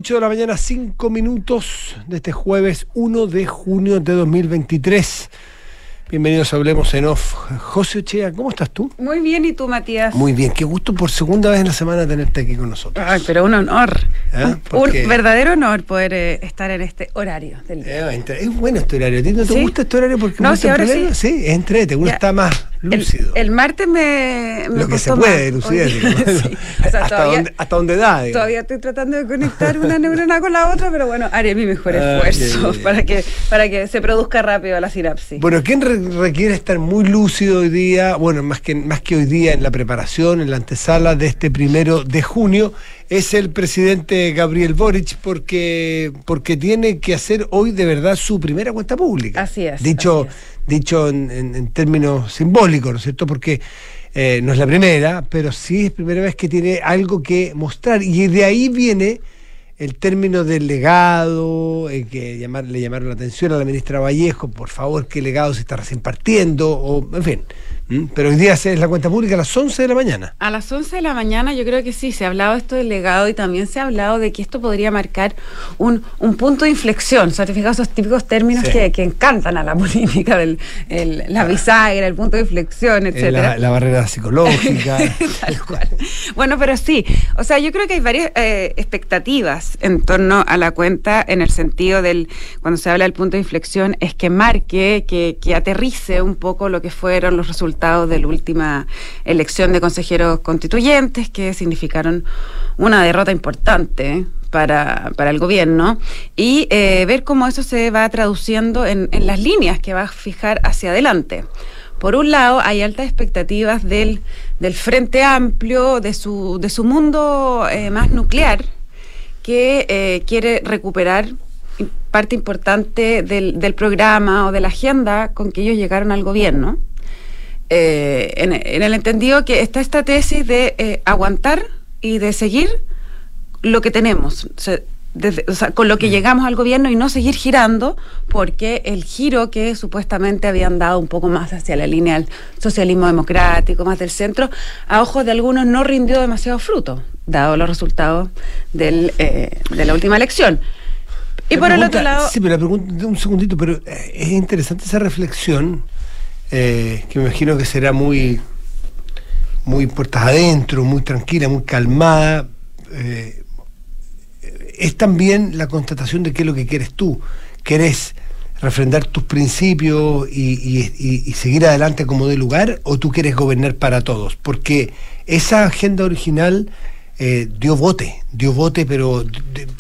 8 de la mañana, 5 minutos de este jueves 1 de junio de 2023. Bienvenidos a Hablemos en Off. José Ochea, ¿cómo estás tú? Muy bien, ¿y tú, Matías? Muy bien, qué gusto por segunda vez en la semana tenerte aquí con nosotros. Ay, pero un honor. Un qué? Verdadero honor poder estar en este horario del día. Es bueno este horario. ¿A ti no te ¿Sí? gusta este horario? Porque no, sí, ahora sí. Sí, es entrete, uno Ya. Está más lúcido. El martes me Lo que se costó puede, más. lucidez. Sí. O sea, hasta donde da. Digamos. Todavía estoy tratando de conectar una neurona con la otra, pero bueno, haré mi mejor esfuerzo yeah. para que se produzca rápido la sinapsis. Bueno, ¿quién requiere estar muy lúcido hoy día? Bueno, más que hoy día en la preparación, en la antesala de este 1 de junio, es el presidente Gabriel Boric, porque tiene que hacer hoy de verdad su primera cuenta pública. Así es. Dicho en términos simbólicos, ¿no es cierto? Porque no es la primera, pero sí es primera vez que tiene algo que mostrar. Y de ahí viene el término del legado, que le llamaron la atención a la ministra Vallejo, por favor, ¿qué legado se está recién partiendo? O, en fin. Pero hoy día es la cuenta pública a las 11 de la mañana. A las 11 de la mañana yo creo que sí, se ha hablado esto del legado y también se ha hablado de que esto podría marcar un punto de inflexión. ¿Se han fijado esos típicos términos que encantan a la política, la bisagra, el punto de inflexión, etcétera? La barrera psicológica. Tal cual. Bueno, pero sí, o sea, yo creo que hay varias expectativas en torno a la cuenta, en el sentido cuando se habla del punto de inflexión, es que marque, que aterrice un poco lo que fueron los resultados de la última elección de consejeros constituyentes, que significaron una derrota importante para el gobierno, y ver cómo eso se va traduciendo en las líneas que va a fijar hacia adelante. Por un lado, hay altas expectativas del Frente Amplio, de su mundo más nuclear, que quiere recuperar parte importante del programa o de la agenda con que ellos llegaron al gobierno. En el entendido que está esta tesis de aguantar y de seguir lo que tenemos, o sea, con lo que llegamos al gobierno, y no seguir girando, porque el giro que supuestamente habían dado un poco más hacia la línea del socialismo democrático, más del centro, a ojos de algunos no rindió demasiado fruto, dado los resultados de la última elección. Y por el otro lado... Sí, pero la pregunta, un segundito, pero es interesante esa reflexión, que me imagino que será muy puertas adentro, muy tranquila, muy calmada. Es también la constatación de qué es lo que quieres tú. ¿Quieres refrendar tus principios y seguir adelante como de lugar, o tú quieres gobernar para todos? Porque esa agenda original dio bote, pero o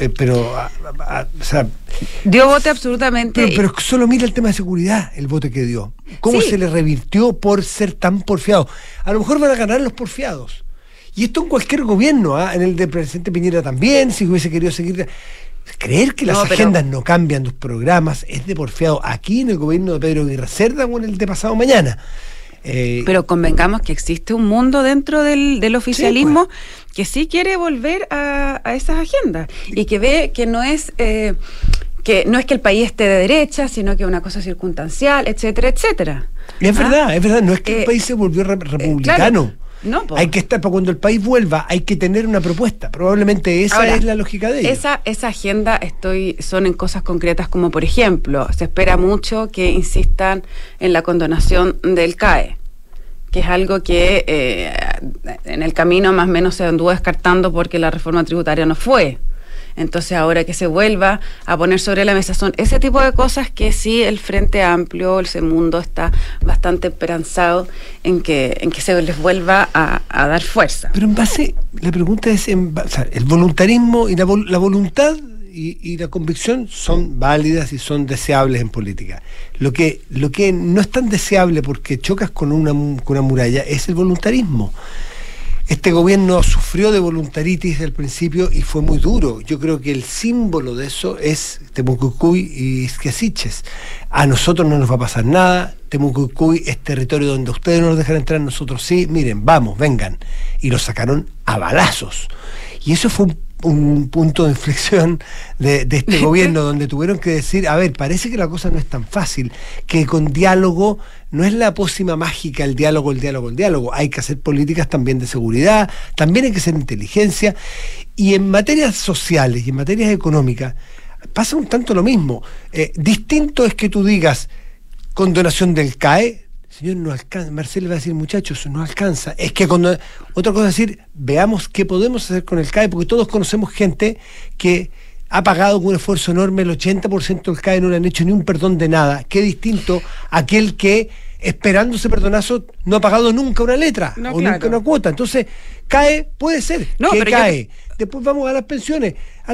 sea, dio bote absolutamente. Pero solo mira el tema de seguridad, el bote que dio. ¿Cómo se le revirtió por ser tan porfiado? A lo mejor van a ganar los porfiados. Y esto en cualquier gobierno, en el del presidente Piñera también, si hubiese querido seguir. Creer que las agendas no cambian, los programas, es de porfiado. Aquí en el gobierno de Pedro Aguirre Cerda o en el de pasado mañana. Pero convengamos que existe un mundo dentro del oficialismo, que sí quiere volver a esas agendas, y que ve que no es que el país esté de derecha, sino que es una cosa circunstancial, etcétera, etcétera. Es verdad, no es que el país se volvió republicano. Claro. No, hay que estar, para cuando el país vuelva, hay que tener una propuesta. Probablemente esa es la lógica de ello. Esa agenda son en cosas concretas, como por ejemplo, se espera mucho que insistan en la condonación del CAE, que es algo que en el camino más o menos se anduvo descartando porque la reforma tributaria no fue. Entonces ahora que se vuelva a poner sobre la mesa, son ese tipo de cosas que sí el Frente Amplio, ese mundo está bastante esperanzado en que se les vuelva a dar fuerza. Pero la pregunta es, el voluntarismo y la voluntad y la convicción son válidas y son deseables en política. Lo que no es tan deseable, porque chocas con una muralla, es el voluntarismo. Este gobierno sufrió de voluntaritis al principio y fue muy duro. Yo creo que el símbolo de eso es Temucuicui y Isquiasiches. A nosotros no nos va a pasar nada. Temucuicui es territorio donde ustedes no nos dejan entrar, nosotros sí. Miren, vamos, vengan. Y lo sacaron a balazos. Y eso fue un punto de inflexión de este gobierno, donde tuvieron que decir, a ver, parece que la cosa no es tan fácil, que con diálogo no es la pócima mágica el diálogo, hay que hacer políticas también de seguridad, también hay que hacer inteligencia, y en materias sociales y en materias económicas pasa un tanto lo mismo. Distinto es que tú digas condonación del CAE, señor, no alcanza. Marcelo va a decir, muchachos, no alcanza. Es que otra cosa es decir, veamos qué podemos hacer con el CAE, porque todos conocemos gente que ha pagado con un esfuerzo enorme el 80% del CAE, no le han hecho ni un perdón de nada. Qué distinto aquel que, esperando ese perdonazo, no ha pagado nunca una letra, no, o claro, nunca una cuota. Entonces, CAE puede ser, no, que pero CAE. Después vamos a las pensiones.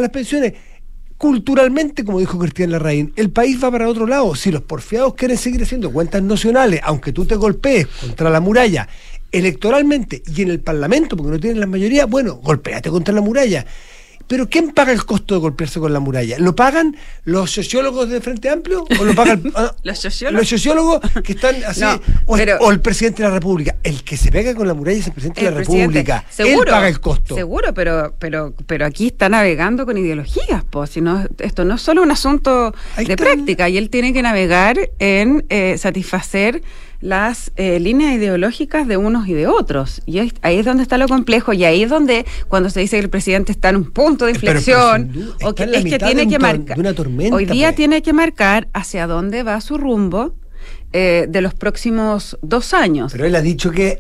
Culturalmente, como dijo Cristian Larraín, el país va para otro lado. Si los porfiados quieren seguir haciendo cuentas nacionales, aunque tú te golpees contra la muralla electoralmente y en el Parlamento, porque no tienen la mayoría, bueno, golpéate contra la muralla. Pero ¿quién paga el costo de golpearse con la muralla? ¿Lo pagan los sociólogos de Frente Amplio? ¿O lo pagan los sociólogos que están así? No, o el presidente de la República. El que se pega con la muralla es el presidente de la República. Seguro, él paga el costo. Seguro, pero aquí está navegando con ideologías, pues. Si no, esto no es solo un asunto de práctica, y él tiene que navegar en satisfacer las líneas ideológicas de unos y de otros, y ahí es donde está lo complejo, y ahí es donde, cuando se dice que el presidente está en un punto de inflexión, o que es que tiene que marcar, hoy día pues tiene que marcar hacia dónde va su rumbo de los próximos 2 años. Pero él ha dicho que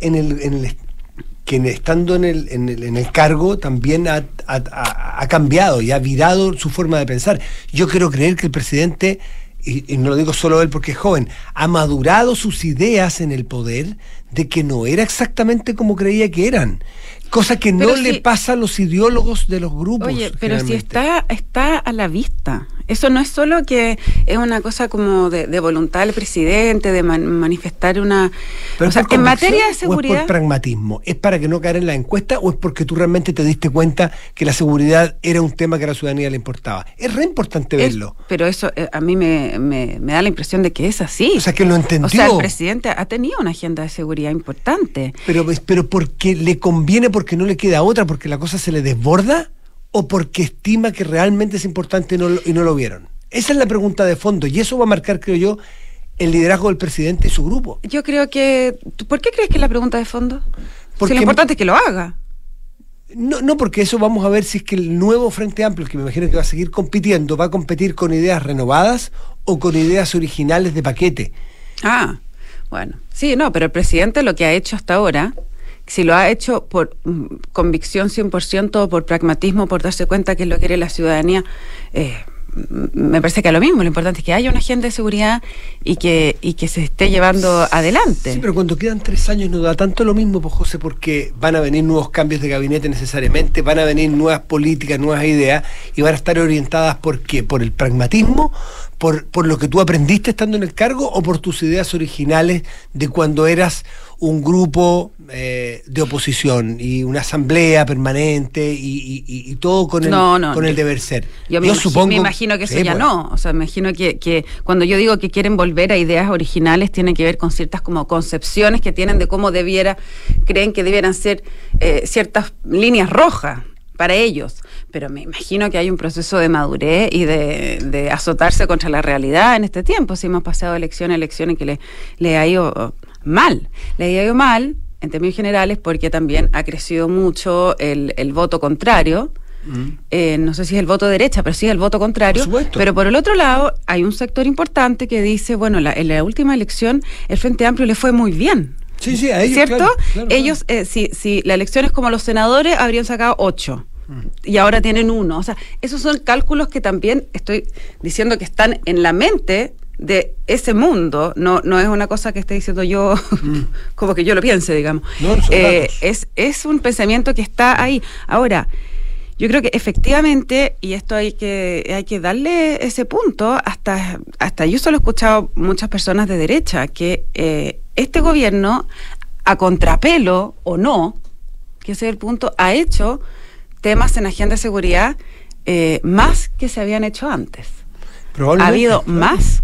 estando en el cargo también ha cambiado y ha virado su forma de pensar. Yo quiero creer que el presidente, y no lo digo solo él porque es joven, ha madurado sus ideas en el poder de que no era exactamente como creía que eran. Cosa que no le pasa a los ideólogos de los grupos. Oye, pero si está a la vista. Eso no es solo que es una cosa como de voluntad del presidente, de manifestar una... Pero o sea, en materia de seguridad... ¿O es por pragmatismo? ¿Es para que no caer en la encuesta o es porque tú realmente te diste cuenta que la seguridad era un tema que a la ciudadanía le importaba? Es re importante verlo. Pero eso a mí me da la impresión de que es así. O sea, que lo entendió. O sea, el presidente ha tenido una agenda de seguridad importante. Pero porque le conviene, porque no le queda otra, porque la cosa se le desborda, o porque estima que realmente es importante y no lo vieron. Esa es la pregunta de fondo, y eso va a marcar, creo yo, el liderazgo del presidente y su grupo. Yo creo que... ¿Por qué crees que es la pregunta de fondo? Porque si lo importante es que lo haga. No, porque eso vamos a ver si es que el nuevo Frente Amplio, que me imagino que va a seguir compitiendo, va a competir con ideas renovadas o con ideas originales de paquete. Bueno. Sí, no, pero el presidente lo que ha hecho hasta ahora, si lo ha hecho por convicción 100%, por pragmatismo, por darse cuenta que es lo que quiere la ciudadanía, me parece que es lo mismo. Lo importante es que haya una agenda de seguridad y que se esté llevando adelante. Sí, pero cuando quedan 3 años no da tanto lo mismo, pues, José, porque van a venir nuevos cambios de gabinete necesariamente, van a venir nuevas políticas, nuevas ideas, y van a estar orientadas ¿por qué? ¿Por el pragmatismo? ¿Por lo que tú aprendiste estando en el cargo, o por tus ideas originales de cuando eras un grupo de oposición y una asamblea permanente y todo con el deber ser? Yo me imagino que eso ya no. O sea, me imagino que cuando yo digo que quieren volver a ideas originales, tiene que ver con ciertas como concepciones que tienen de cómo creen que debieran ser ciertas líneas rojas para ellos, pero me imagino que hay un proceso de madurez y de azotarse contra la realidad en este tiempo. Si hemos pasado elecciones que le ha ido mal, en términos generales, porque también ha crecido mucho el voto contrario. No sé si es el voto derecha, pero sí es el voto contrario. Por supuesto. Pero por el otro lado hay un sector importante que dice, bueno, en la última elección el Frente Amplio le fue muy bien. Sí, a ellos, ¿cierto? Claro. Ellos, si la elección es como los senadores, habrían sacado 8 y ahora tienen 1. O sea, esos son cálculos que también estoy diciendo que están en la mente de ese mundo. No es una cosa que esté diciendo yo como que yo lo piense, digamos. No, es un pensamiento que está ahí. Ahora, yo creo que efectivamente, y esto hay que darle ese punto, hasta yo solo he escuchado muchas personas de derecha que este gobierno, a contrapelo o no, que ese es el punto, ha hecho temas en agenda de seguridad más que se habían hecho antes. Ha habido más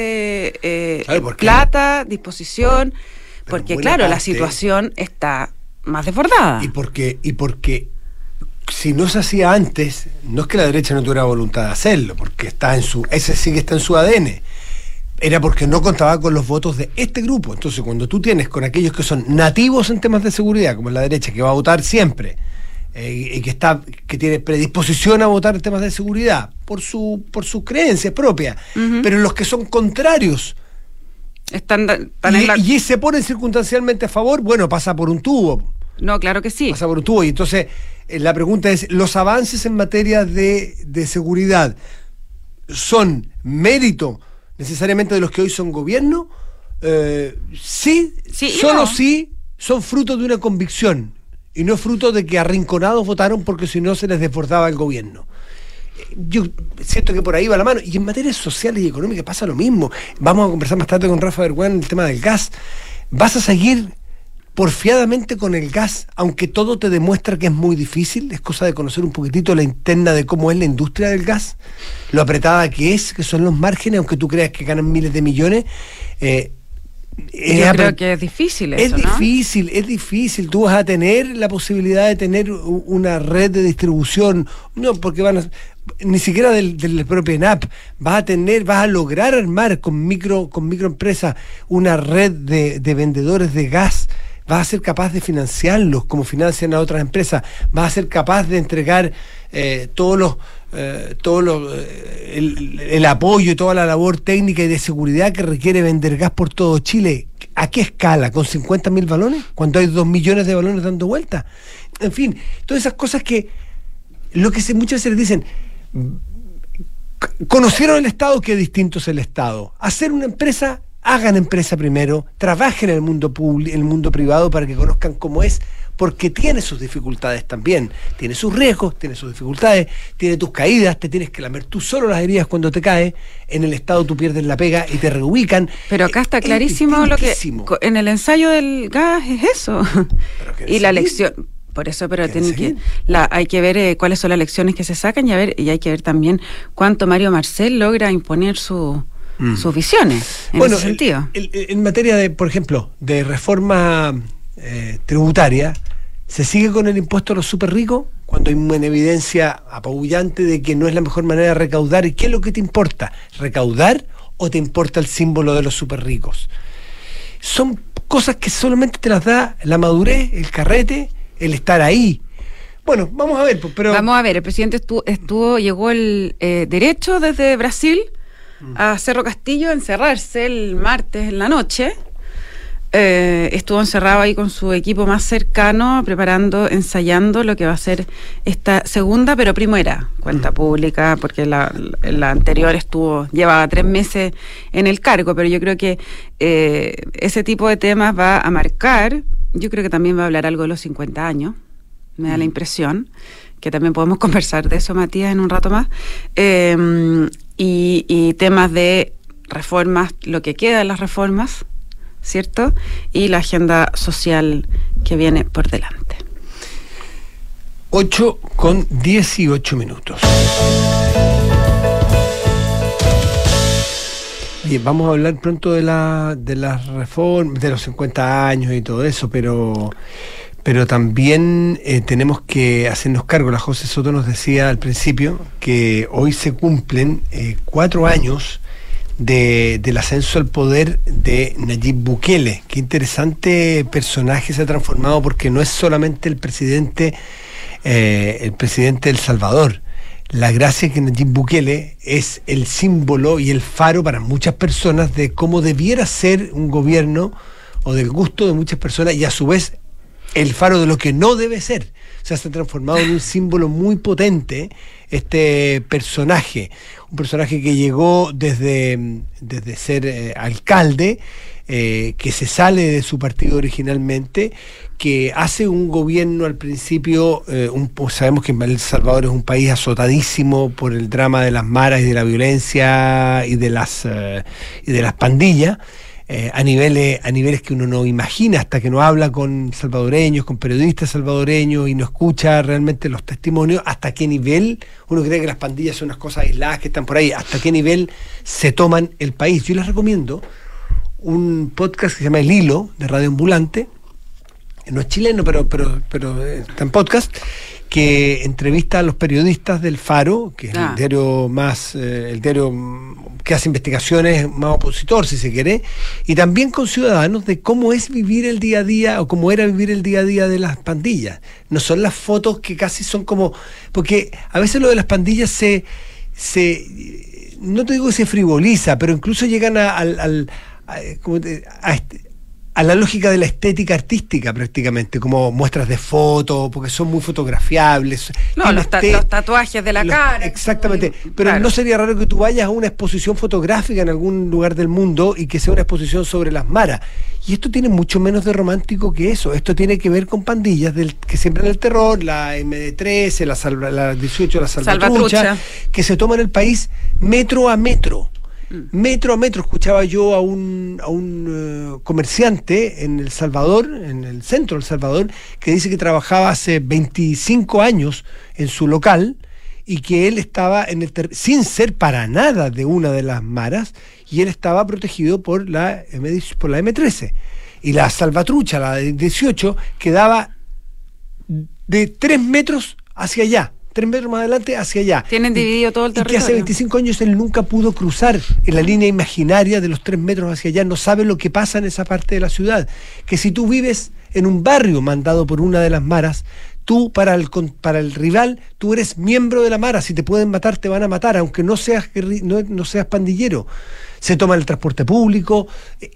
plata, disposición, porque claro, la situación está más desbordada. Y porque si no se hacía antes, no es que la derecha no tuviera voluntad de hacerlo, porque ese sí que está en su ADN. Era porque no contaba con los votos de este grupo. Entonces, cuando tú tienes con aquellos que son nativos en temas de seguridad, como la derecha, que va a votar siempre, y que tiene predisposición a votar en temas de seguridad, por sus creencias propias, pero los que son contrarios y se ponen circunstancialmente a favor, bueno, pasa por un tubo. No, claro que sí. Pasa por un tubo. Y entonces, la pregunta es, ¿los avances en materia de seguridad son mérito necesariamente de los que hoy son gobierno? Sí, solo no. Sí, son fruto de una convicción y no fruto de que arrinconados votaron porque si no se les desbordaba el gobierno. Yo siento que por ahí va la mano. Y en materias sociales y económicas pasa lo mismo. Vamos a conversar más tarde con Rafa Verguán el tema del gas. ¿Vas a seguir porfiadamente con el gas, aunque todo te demuestra que es muy difícil? Es cosa de conocer un poquitito la interna de cómo es la industria del gas, lo apretada que son los márgenes, aunque tú creas que ganan miles de millones. Yo creo que es difícil eso, ¿no? Es difícil. Tú vas a tener la posibilidad de tener una red de distribución, no, porque ni siquiera del propio ENAP, vas a lograr armar con microempresas una red de vendedores de gas. Vas a ser capaz de financiarlos como financian a otras empresas. Vas a ser capaz de entregar el apoyo y toda la labor técnica y de seguridad que requiere vender gas por todo Chile. ¿A qué escala? ¿Con 50.000 balones? Cuando hay 2 millones de balones dando vuelta. En fin, todas esas cosas que muchas veces dicen, conocieron el Estado, qué distinto es el Estado. Hacer una empresa, hagan empresa primero, trabajen en el mundo público, en el mundo privado para que conozcan cómo es, porque tiene sus dificultades también, tiene sus riesgos, tiene sus dificultades, tiene tus caídas, te tienes que lamer tú solo las heridas cuando te caes. En el Estado tú pierdes la pega y te reubican. Pero acá está clarísimo lo que en el ensayo del gas es eso. Y la lección, por eso, pero hay que ver cuáles son las lecciones que se sacan y hay que ver también cuánto Mario Marcel logra imponer sus visiones en ese sentido. En materia de, por ejemplo, de reforma tributaria, ¿se sigue con el impuesto a los súper ricos cuando hay una evidencia apabullante de que no es la mejor manera de recaudar? ¿Y qué es lo que te importa? ¿Recaudar o te importa el símbolo de los súper ricos? Son cosas que solamente te las da la madurez, el carrete, el estar ahí. Bueno, vamos a ver. Vamos a ver, el presidente llegó el derecho desde Brasil a Cerro Castillo a encerrarse el martes en la noche. Estuvo encerrado ahí con su equipo más cercano, ensayando lo que va a ser esta segunda, pero primera cuenta pública, porque la anterior llevaba 3 meses en el cargo, pero yo creo que ese tipo de temas va a marcar. Yo creo que también va a hablar algo de los 50 años, me da la impresión, que también podemos conversar de eso, Matías, en un rato más, y temas de reformas, lo que queda de las reformas, ¿cierto? Y la agenda social que viene por delante. 8:18. Bien, vamos a hablar pronto de las reformas, de los 50 años y todo eso, pero también tenemos que hacernos cargo. La José Soto nos decía al principio que hoy se cumplen 4 años del ascenso al poder de Nayib Bukele. Qué interesante personaje se ha transformado, porque no es solamente el presidente de El Salvador. La gracia es que Nayib Bukele es el símbolo y el faro para muchas personas de cómo debiera ser un gobierno, o del gusto de muchas personas, y a su vez el faro de lo que no debe ser. O sea, se ha transformado en un símbolo muy potente este personaje, un personaje que llegó desde ser alcalde, que se sale de su partido originalmente, que hace un gobierno al principio, sabemos que El Salvador es un país azotadísimo por el drama de las maras y de la violencia y de las pandillas, a niveles que uno no imagina hasta que no habla con salvadoreños, con periodistas salvadoreños, y no escucha realmente los testimonios, hasta qué nivel uno cree que las pandillas son unas cosas aisladas que están por ahí, hasta qué nivel se toman el país. Yo les recomiendo un podcast que se llama El Hilo, de Radio Ambulante, no es chileno, pero está en podcast, que entrevista a los periodistas del Faro, que es el diario que hace investigaciones más opositor, si se quiere, y también con ciudadanos de cómo es vivir el día a día, o cómo era vivir el día a día de las pandillas. No son las fotos que casi son como... Porque a veces lo de las pandillas no te digo que se frivoliza, pero incluso llegan a la lógica de la estética artística prácticamente, como muestras de fotos, porque son muy fotografiables. No, los tatuajes de la cara. Exactamente, pero claro, no sería raro que tú vayas a una exposición fotográfica en algún lugar del mundo y que sea una exposición sobre las maras. Y esto tiene mucho menos de romántico que eso. Esto tiene que ver con pandillas que siembran el terror, la MD13, la 18, la Salvatrucha, que se toman el país metro a metro. Metro a metro. Escuchaba yo a un comerciante en El Salvador, en el centro de El Salvador, que dice que trabajaba hace 25 años en su local y que él estaba sin ser para nada de una de las maras, y él estaba protegido por la M13. Y la Salvatrucha, la de 18, quedaba de 3 metros hacia allá. 3 metros más adelante hacia allá. Tienen dividido todo el territorio. Y que hace 25 años él nunca pudo cruzar en la línea imaginaria de los 3 metros hacia allá. No sabe lo que pasa en esa parte de la ciudad. Que si tú vives en un barrio mandado por una de las maras, tú para el rival, tú eres miembro de la mara. Si te pueden matar, te van a matar, aunque no seas pandillero. Se toma el transporte público,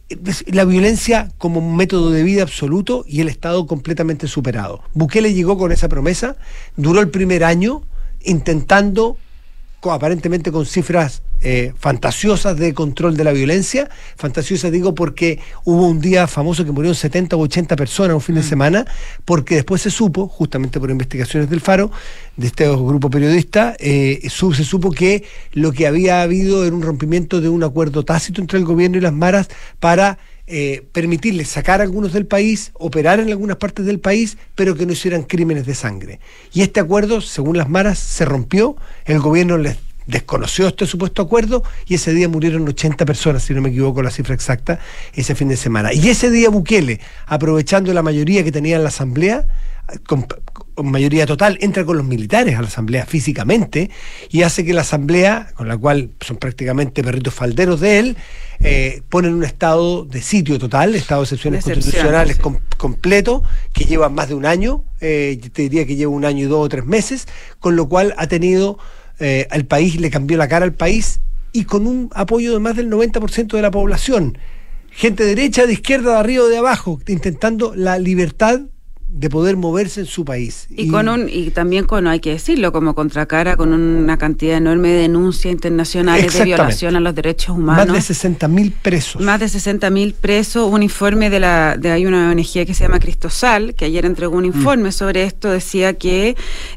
la violencia como un método de vida absoluto, y el Estado completamente superado. Bukele llegó con esa promesa, duró el primer año intentando, aparentemente con cifras fantasiosas de control de la violencia. Fantasiosas digo porque hubo un día famoso que murieron 70 u 80 personas un fin de semana, porque después se supo, justamente por investigaciones del Faro, de este grupo periodista, se supo que lo que había habido era un rompimiento de un acuerdo tácito entre el gobierno y las maras para permitirles sacar a algunos del país, operar en algunas partes del país, pero que no hicieran crímenes de sangre. Y este acuerdo, según las maras, se rompió. El gobierno les desconoció este supuesto acuerdo y ese día murieron 80 personas, si no me equivoco la cifra exacta, ese fin de semana. Y ese día Bukele, aprovechando la mayoría que tenía en la asamblea, con mayoría total, entra con los militares a la asamblea físicamente y hace que la asamblea, con la cual son prácticamente perritos falderos de él, ponen un estado de sitio total, estado de excepciones constitucionales completo, que lleva más de un año, te diría que lleva 1 año y 2 o 3 meses, con lo cual ha tenido al país, le cambió la cara al país, y con un apoyo de más del 90% de la población, gente de derecha, de izquierda, de arriba o de abajo, intentando la libertad de poder moverse en su país. Y también hay que decirlo, como contracara con una cantidad enorme de denuncias internacionales de violación a los derechos humanos. Más de 60.000 presos. Más de 60.000 presos. Un informe hay una ONG que se llama Cristosal, que ayer entregó un informe sobre esto, decía que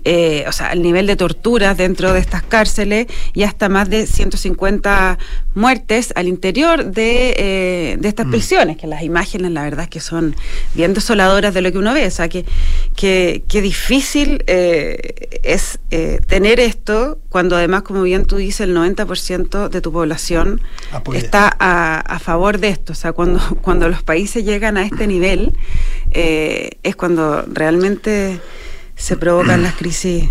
el nivel de torturas dentro de estas cárceles, y hasta más de 150 muertes al interior de estas prisiones, que las imágenes la verdad es que son bien desoladoras de lo que uno ve. Que difícil es tener esto cuando además, como bien tú dices, el 90% de tu población está a favor de esto. O sea, cuando los países llegan a este nivel, es cuando realmente se provocan las crisis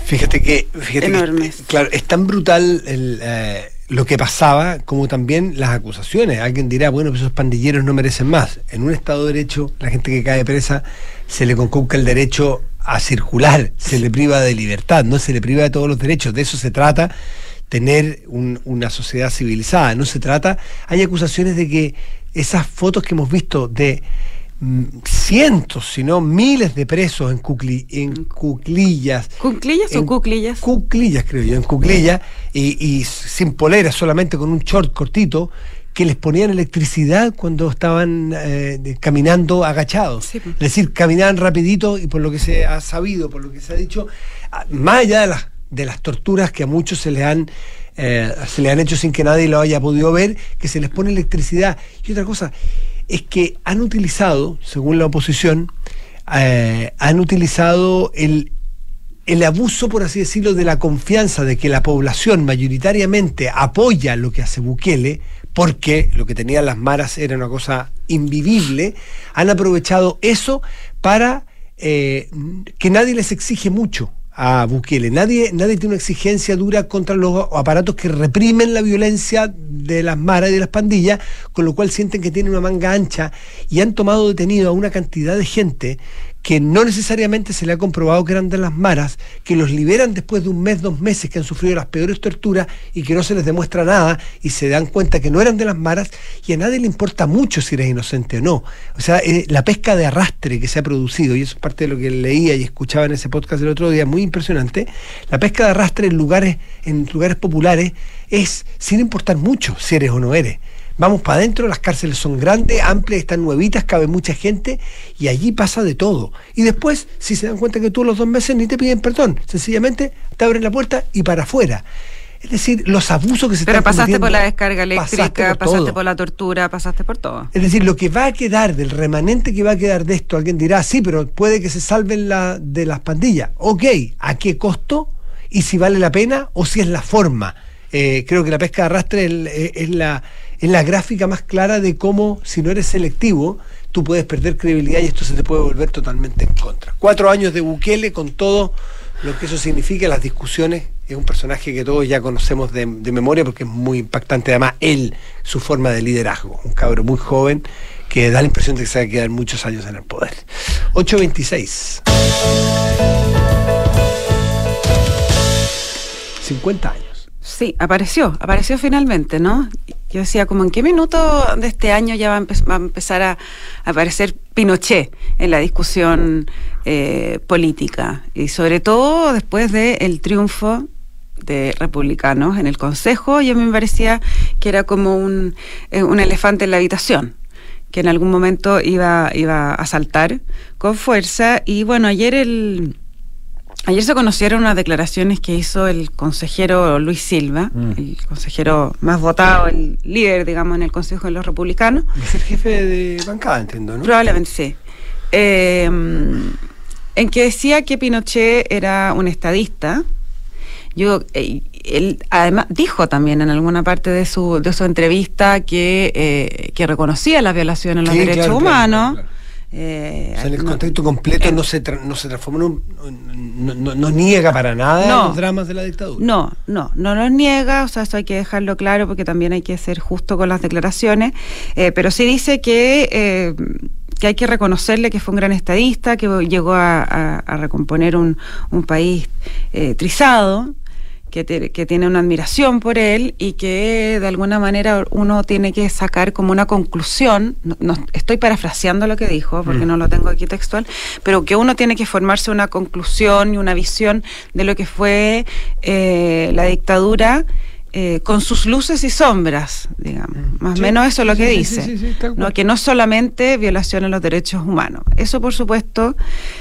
enormes. Claro, es tan brutal lo que pasaba, como también las acusaciones. Alguien dirá, bueno, pues esos pandilleros no merecen más. En un Estado de Derecho, la gente que cae presa se le conculca el derecho a circular, se le priva de libertad, no se le priva de todos los derechos. De eso se trata, tener una sociedad civilizada. No se trata, hay acusaciones de que esas fotos que hemos visto de cientos, si no miles de presos en cuclillas. ¿Cuclillas o cuclillas? Cuclillas, creo yo, en cuclillas, y sin polera, solamente con un short cortito, que les ponían electricidad cuando estaban caminando agachados. Sí. Es decir, caminaban rapidito, y por lo que se ha sabido, por lo que se ha dicho, más allá de las torturas que a muchos se le han hecho sin que nadie lo haya podido ver, que se les pone electricidad. Y otra cosa es que han utilizado, según la oposición, han utilizado el abuso, por así decirlo, de la confianza de que la población mayoritariamente apoya lo que hace Bukele, porque lo que tenían las maras era una cosa invivible. Han aprovechado eso para que nadie les exige mucho a Bukele. Nadie tiene una exigencia dura contra los aparatos que reprimen la violencia de las maras y de las pandillas, con lo cual sienten que tienen una manga ancha y han tomado detenido a una cantidad de gente que no necesariamente se le ha comprobado que eran de las maras, que los liberan después de un mes, 2 meses, que han sufrido las peores torturas y que no se les demuestra nada y se dan cuenta que no eran de las maras, y a nadie le importa mucho si eres inocente o no. O sea, la pesca de arrastre que se ha producido, y eso es parte de lo que leía y escuchaba en ese podcast el otro día, muy impresionante. La pesca de arrastre en lugares populares es sin importar mucho si eres o no eres. Vamos para adentro, las cárceles son grandes, amplias, están nuevitas, cabe mucha gente y allí pasa de todo. Y después, si se dan cuenta que tú los 2 meses ni te piden perdón, sencillamente te abren la puerta y para afuera. Es decir, los abusos que se Pero están cometiendo... pasaste por la descarga eléctrica, pasaste por la tortura, pasaste por todo. Es decir, lo que va a quedar, del remanente que va a quedar de esto, alguien dirá, sí, pero puede que se salven de las pandillas. Ok, ¿a qué costo? Y si vale la pena o si es la forma. Creo que la pesca de arrastre es la gráfica más clara de cómo, si no eres selectivo, tú puedes perder credibilidad y esto se te puede volver totalmente en contra. 4 años de Bukele con todo lo que eso significa, las discusiones. Es un personaje que todos ya conocemos de memoria porque es muy impactante. Además, su forma de liderazgo, un cabro muy joven que da la impresión de que se va a quedar muchos años en el poder. 8:26. 50 años. Sí, apareció finalmente, ¿no? Yo decía, como en qué minuto de este año ya va a empezar a aparecer Pinochet en la discusión política, y sobre todo después del triunfo de republicanos en el Consejo. Yo me parecía que era como un elefante en la habitación, que en algún momento iba a saltar con fuerza. Y bueno, ayer se conocieron unas declaraciones que hizo el consejero Luis Silva, el consejero más votado, el líder, digamos, en el Consejo de los Republicanos. Es el jefe de bancada, entiendo, ¿no? Probablemente sí. En que decía que Pinochet era un estadista. Él además dijo también en alguna parte de su entrevista que reconocía las violaciones a los derechos humanos. Claro. O sea, en el contexto completo no se transformó no niega para nada los dramas de la dictadura. No los niega, o sea, eso hay que dejarlo claro porque también hay que ser justo con las declaraciones, pero sí dice que hay que reconocerle que fue un gran estadista, que llegó a recomponer un país trizado, que tiene una admiración por él y que de alguna manera uno tiene que sacar como una conclusión. No estoy parafraseando lo que dijo porque no lo tengo aquí textual, pero que uno tiene que formarse una conclusión y una visión de lo que fue la dictadura, con sus luces y sombras, digamos. Más o menos eso es lo que dice. Sí, ¿no? Que no solamente violación a los derechos humanos. Eso, por supuesto,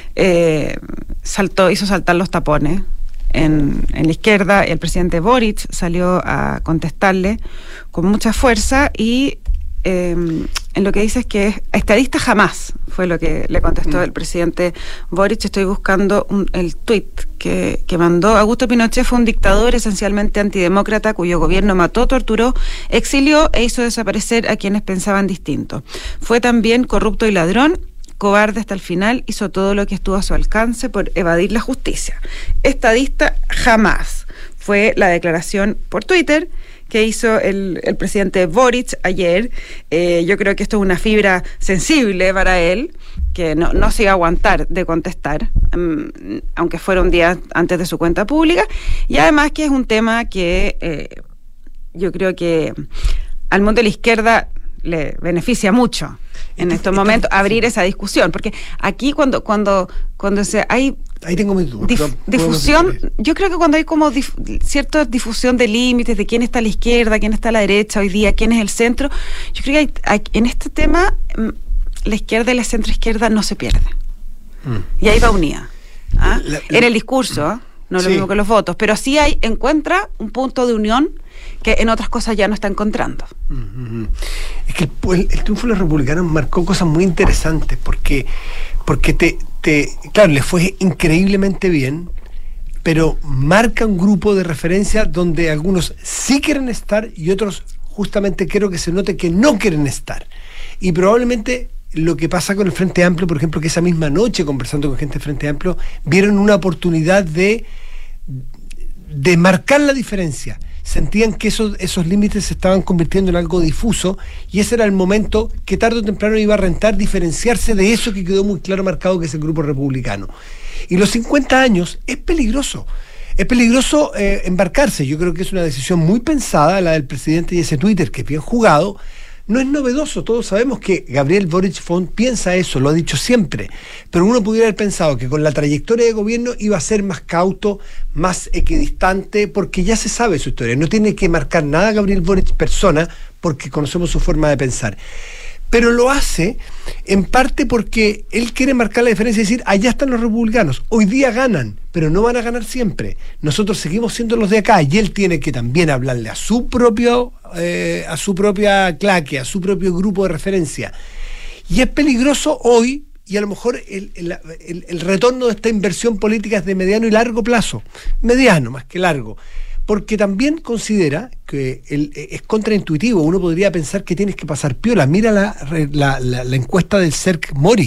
hizo saltar los tapones en la izquierda. El presidente Boric salió a contestarle con mucha fuerza y en lo que dice es que estadista jamás, fue lo que le contestó el presidente Boric. Estoy buscando el tuit que mandó. Augusto Pinochet fue un dictador esencialmente antidemócrata cuyo gobierno mató, torturó, exilió e hizo desaparecer a quienes pensaban distinto. Fue también corrupto y ladrón, cobarde hasta el final, hizo todo lo que estuvo a su alcance por evadir la justicia. Estadista jamás, fue la declaración por Twitter que hizo el presidente Boric ayer. Yo creo que esto es una fibra sensible para él, que no se iba a aguantar de contestar, aunque fuera un día antes de su cuenta pública, y además que es un tema que yo creo que al mundo de la izquierda le beneficia mucho en estos momentos abrir esa discusión, porque aquí cuando hay ahí tengo mi duda, difusión, yo creo que cuando hay como cierta difusión de límites de quién está a la izquierda, quién está a la derecha hoy día, quién es el centro, yo creo que hay en este tema la izquierda y la centroizquierda no se pierden, y ahí va unida, en el discurso, no lo mismo que los votos, pero sí encuentra un punto de unión que en otras cosas ya no está encontrando. Es que el triunfo de los republicanos marcó cosas muy interesantes, porque claro, les fue increíblemente bien, pero marca un grupo de referencia donde algunos sí quieren estar y otros justamente creo que se note que no quieren estar. Y probablemente lo que pasa con el Frente Amplio, por ejemplo, que esa misma noche, conversando con gente del Frente Amplio, vieron una oportunidad de marcar la diferencia. Sentían que esos límites se estaban convirtiendo en algo difuso, y ese era el momento que tarde o temprano iba a rentar diferenciarse de eso que quedó muy claro marcado, que es el grupo republicano. Y los 50 años es peligroso. Es peligroso embarcarse. Yo creo que es una decisión muy pensada la del presidente, y ese Twitter, que es bien jugado, no es novedoso. Todos sabemos que Gabriel Boric piensa eso, lo ha dicho siempre, pero uno pudiera haber pensado que con la trayectoria de gobierno iba a ser más cauto, más equidistante, porque ya se sabe su historia. No tiene que marcar nada Gabriel Boric persona, porque conocemos su forma de pensar. Pero lo hace en parte porque él quiere marcar la diferencia y decir, allá están los republicanos, hoy día ganan, pero no van a ganar siempre. Nosotros seguimos siendo los de acá, y él tiene que también hablarle a su propia claque, a su propio grupo de referencia. Y es peligroso hoy, y a lo mejor el retorno de esta inversión política es de mediano y largo plazo, mediano más que largo, porque también considera que es contraintuitivo. Uno podría pensar que tienes que pasar piola. Mira la encuesta del CERC Mori.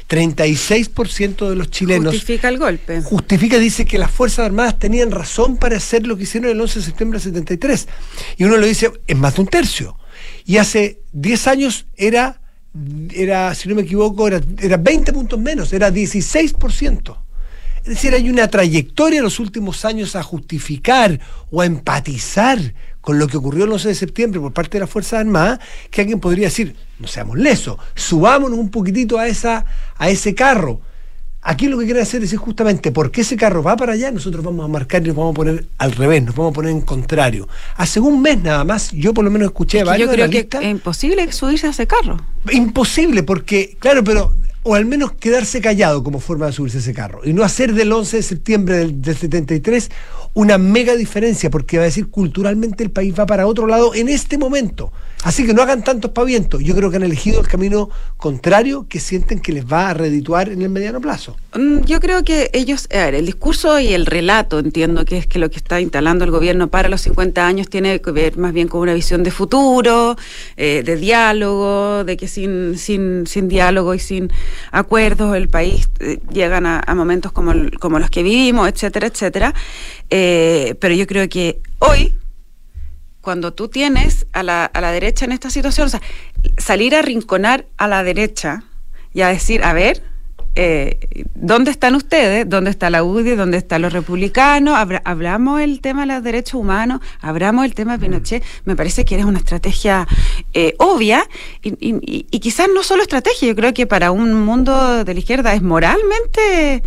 36% de los chilenos justifica el golpe. Dice que las Fuerzas Armadas tenían razón para hacer lo que hicieron el 11 de septiembre del 73. Y uno le dice, es más de un tercio. Y hace 10 años era, si no me equivoco, era 20 puntos menos, era 16%. Es decir, hay una trayectoria en los últimos años a justificar o a empatizar con lo que ocurrió el 11 de septiembre por parte de las Fuerzas Armadas, que alguien podría decir, no seamos lesos, subámonos un poquitito a ese carro. Aquí lo que quieren hacer es decir justamente, porque ese carro va para allá, nosotros vamos a marcar y nos vamos a poner al revés, nos vamos a poner en contrario. Hace un mes nada más, yo por lo menos escuché varios analistas. Yo creo que es imposible subirse a ese carro. Imposible, porque, claro, pero o al menos quedarse callado como forma de subirse a ese carro, y no hacer del 11 de septiembre del 73 una mega diferencia, porque va a decir, culturalmente el país va para otro lado en este momento. Así que no hagan tantos pavientos. Yo creo que han elegido el camino contrario, que sienten que les va a redituar en el mediano plazo. Yo creo que ellos, el discurso y el relato, entiendo que es que lo que está instalando el gobierno para los 50 años tiene que ver más bien con una visión de futuro, de diálogo, de que sin diálogo y sin acuerdos el país llegan a momentos como los que vivimos, etcétera, etcétera. Pero yo creo que hoy, cuando tú tienes a la derecha en esta situación, o sea, salir a arrinconar a la derecha y a decir, a ver, ¿dónde están ustedes? ¿Dónde está la UDI? ¿Dónde están los republicanos? Hablamos el tema de los derechos humanos, hablamos el tema de Pinochet. Me parece que es una estrategia obvia y quizás no solo estrategia. Yo creo que para un mundo de la izquierda es moralmente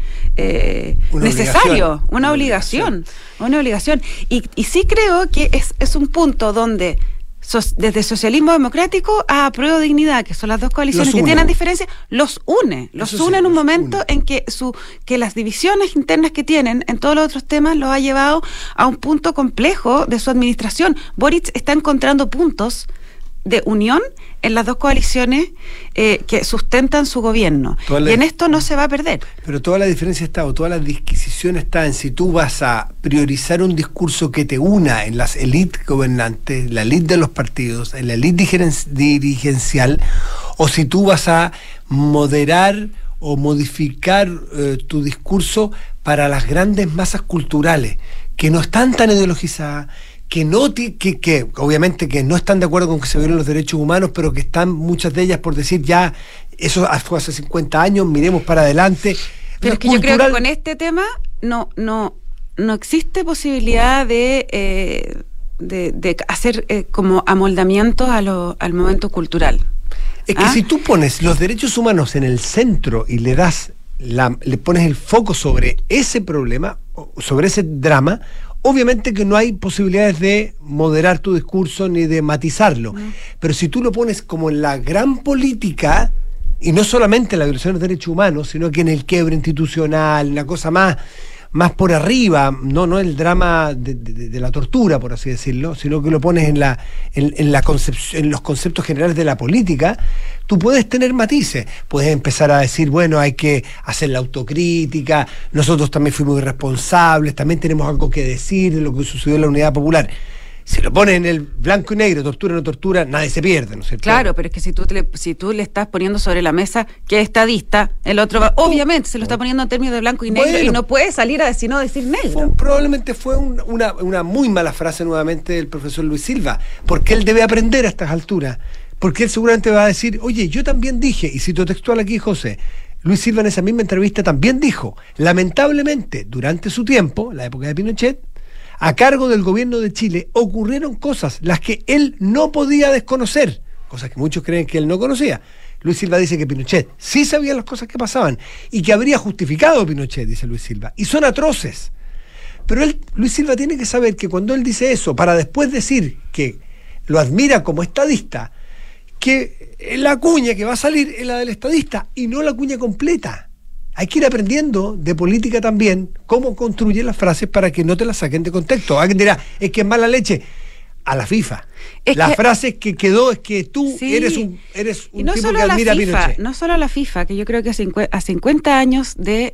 necesario, una obligación. Y sí creo que es un punto donde desde Socialismo Democrático a Prueba Dignidad, que son las dos coaliciones que tienen diferencias, los une en un momento en que las divisiones internas que tienen en todos los otros temas los ha llevado a un punto complejo de su administración. Boric está encontrando puntos de unión en las dos coaliciones que sustentan su gobierno. Y en esto no se va a perder. Pero toda la diferencia está, o toda la disquisición está en si tú vas a priorizar un discurso que te una en las élites gobernantes, la élite de los partidos, en la élite dirigencial, o si tú vas a moderar o modificar tu discurso para las grandes masas culturales, que no están tan ideologizadas, que obviamente que no están de acuerdo con que se violen los derechos humanos, pero que están muchas de ellas por decir, ya, eso fue hace 50 años, miremos para adelante. Pero es que yo creo que con este tema no existe posibilidad de hacer como amoldamientos al momento cultural. Es que si tú pones los derechos humanos en el centro y le pones el foco sobre ese problema, sobre ese drama, obviamente que no hay posibilidades de moderar tu discurso ni de matizarlo. Pero si tú lo pones como en la gran política, y no solamente en la violación de los derechos humanos, sino que en el quiebre institucional, una cosa más por arriba, no el drama de la tortura, por así decirlo, sino que lo pones en los conceptos generales de la política, tú puedes tener matices, puedes empezar a decir, bueno, hay que hacer la autocrítica, nosotros también fuimos irresponsables, también tenemos algo que decir de lo que sucedió en la Unidad Popular. Si lo pones en el blanco y negro, tortura o no tortura, nadie se pierde, ¿no es cierto? Claro, pero es que si tú le estás poniendo sobre la mesa que es estadista, el otro obviamente se lo está poniendo en términos de blanco y negro, y no puede salir a decir negro. Probablemente fue una muy mala frase nuevamente del profesor Luis Silva, porque él debe aprender a estas alturas, porque él seguramente va a decir, oye, yo también dije, y cito textual aquí, José, Luis Silva en esa misma entrevista también dijo, lamentablemente, durante su tiempo, la época de Pinochet, a cargo del gobierno de Chile ocurrieron cosas las que él no podía desconocer, cosas que muchos creen que él no conocía. Luis Silva dice que Pinochet sí sabía las cosas que pasaban y que habría justificado a Pinochet, dice Luis Silva, y son atroces. Pero Luis Silva tiene que saber que cuando él dice eso, para después decir que lo admira como estadista, que la cuña que va a salir es la del estadista y no la cuña completa. Hay que ir aprendiendo de política también cómo construir las frases para que no te las saquen de contexto. Alguien dirá, es que es mala leche. A la FIFA. La frase que quedó es que tú eres un no tipo solo que admira a Pinochet. No solo a la FIFA, que yo creo que a 50 años del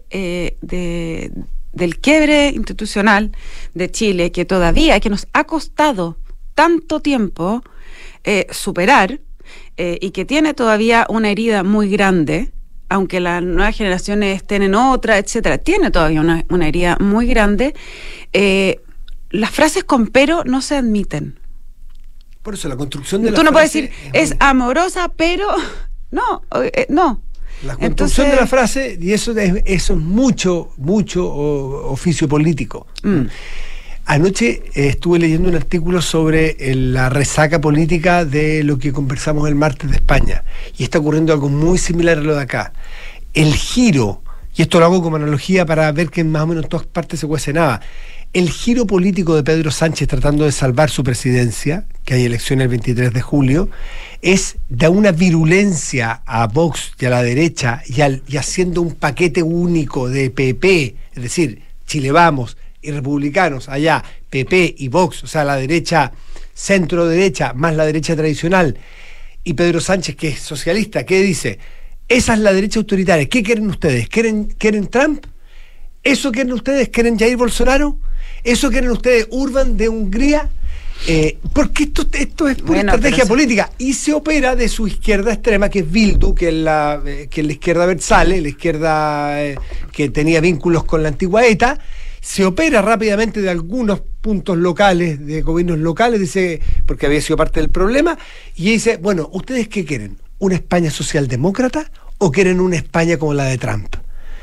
quiebre institucional de Chile, que nos ha costado tanto tiempo superar, y que tiene todavía una herida muy grande, aunque las nuevas generaciones estén en otra, etcétera, tiene todavía una herida muy grande. Las frases con pero no se admiten. Por eso la construcción de la frase... Tú no puedes decir, es amorosa, pero... No. La construcción de la frase, y eso es mucho oficio político. Anoche estuve leyendo un artículo sobre la resaca política de lo que conversamos el martes de España, y está ocurriendo algo muy similar a lo de acá. El giro, y esto lo hago como analogía para ver que más o menos en todas partes se cuece nada, el giro político de Pedro Sánchez tratando de salvar su presidencia, que hay elecciones el 23 de julio, es de una virulencia a Vox y a la derecha, y haciendo un paquete único de PP, es decir, Chile Vamos y republicanos allá, PP y Vox, o sea, la derecha, centro derecha, más la derecha tradicional, y Pedro Sánchez, que es socialista, ¿qué dice? Esa es la derecha autoritaria. ¿Qué quieren ustedes? ¿Quieren Trump? ¿Eso quieren ustedes? ¿Quieren Jair Bolsonaro? ¿Eso quieren ustedes Orbán de Hungría? Porque esto es pura estrategia política, y se opera de su izquierda extrema, que es Bildu, que es la izquierda Bersale, la izquierda que tenía vínculos con la antigua ETA. Se opera rápidamente de algunos puntos locales, de gobiernos locales, dice, porque había sido parte del problema, y dice, bueno, ¿ustedes qué quieren? ¿Una España socialdemócrata o quieren una España como la de Trump?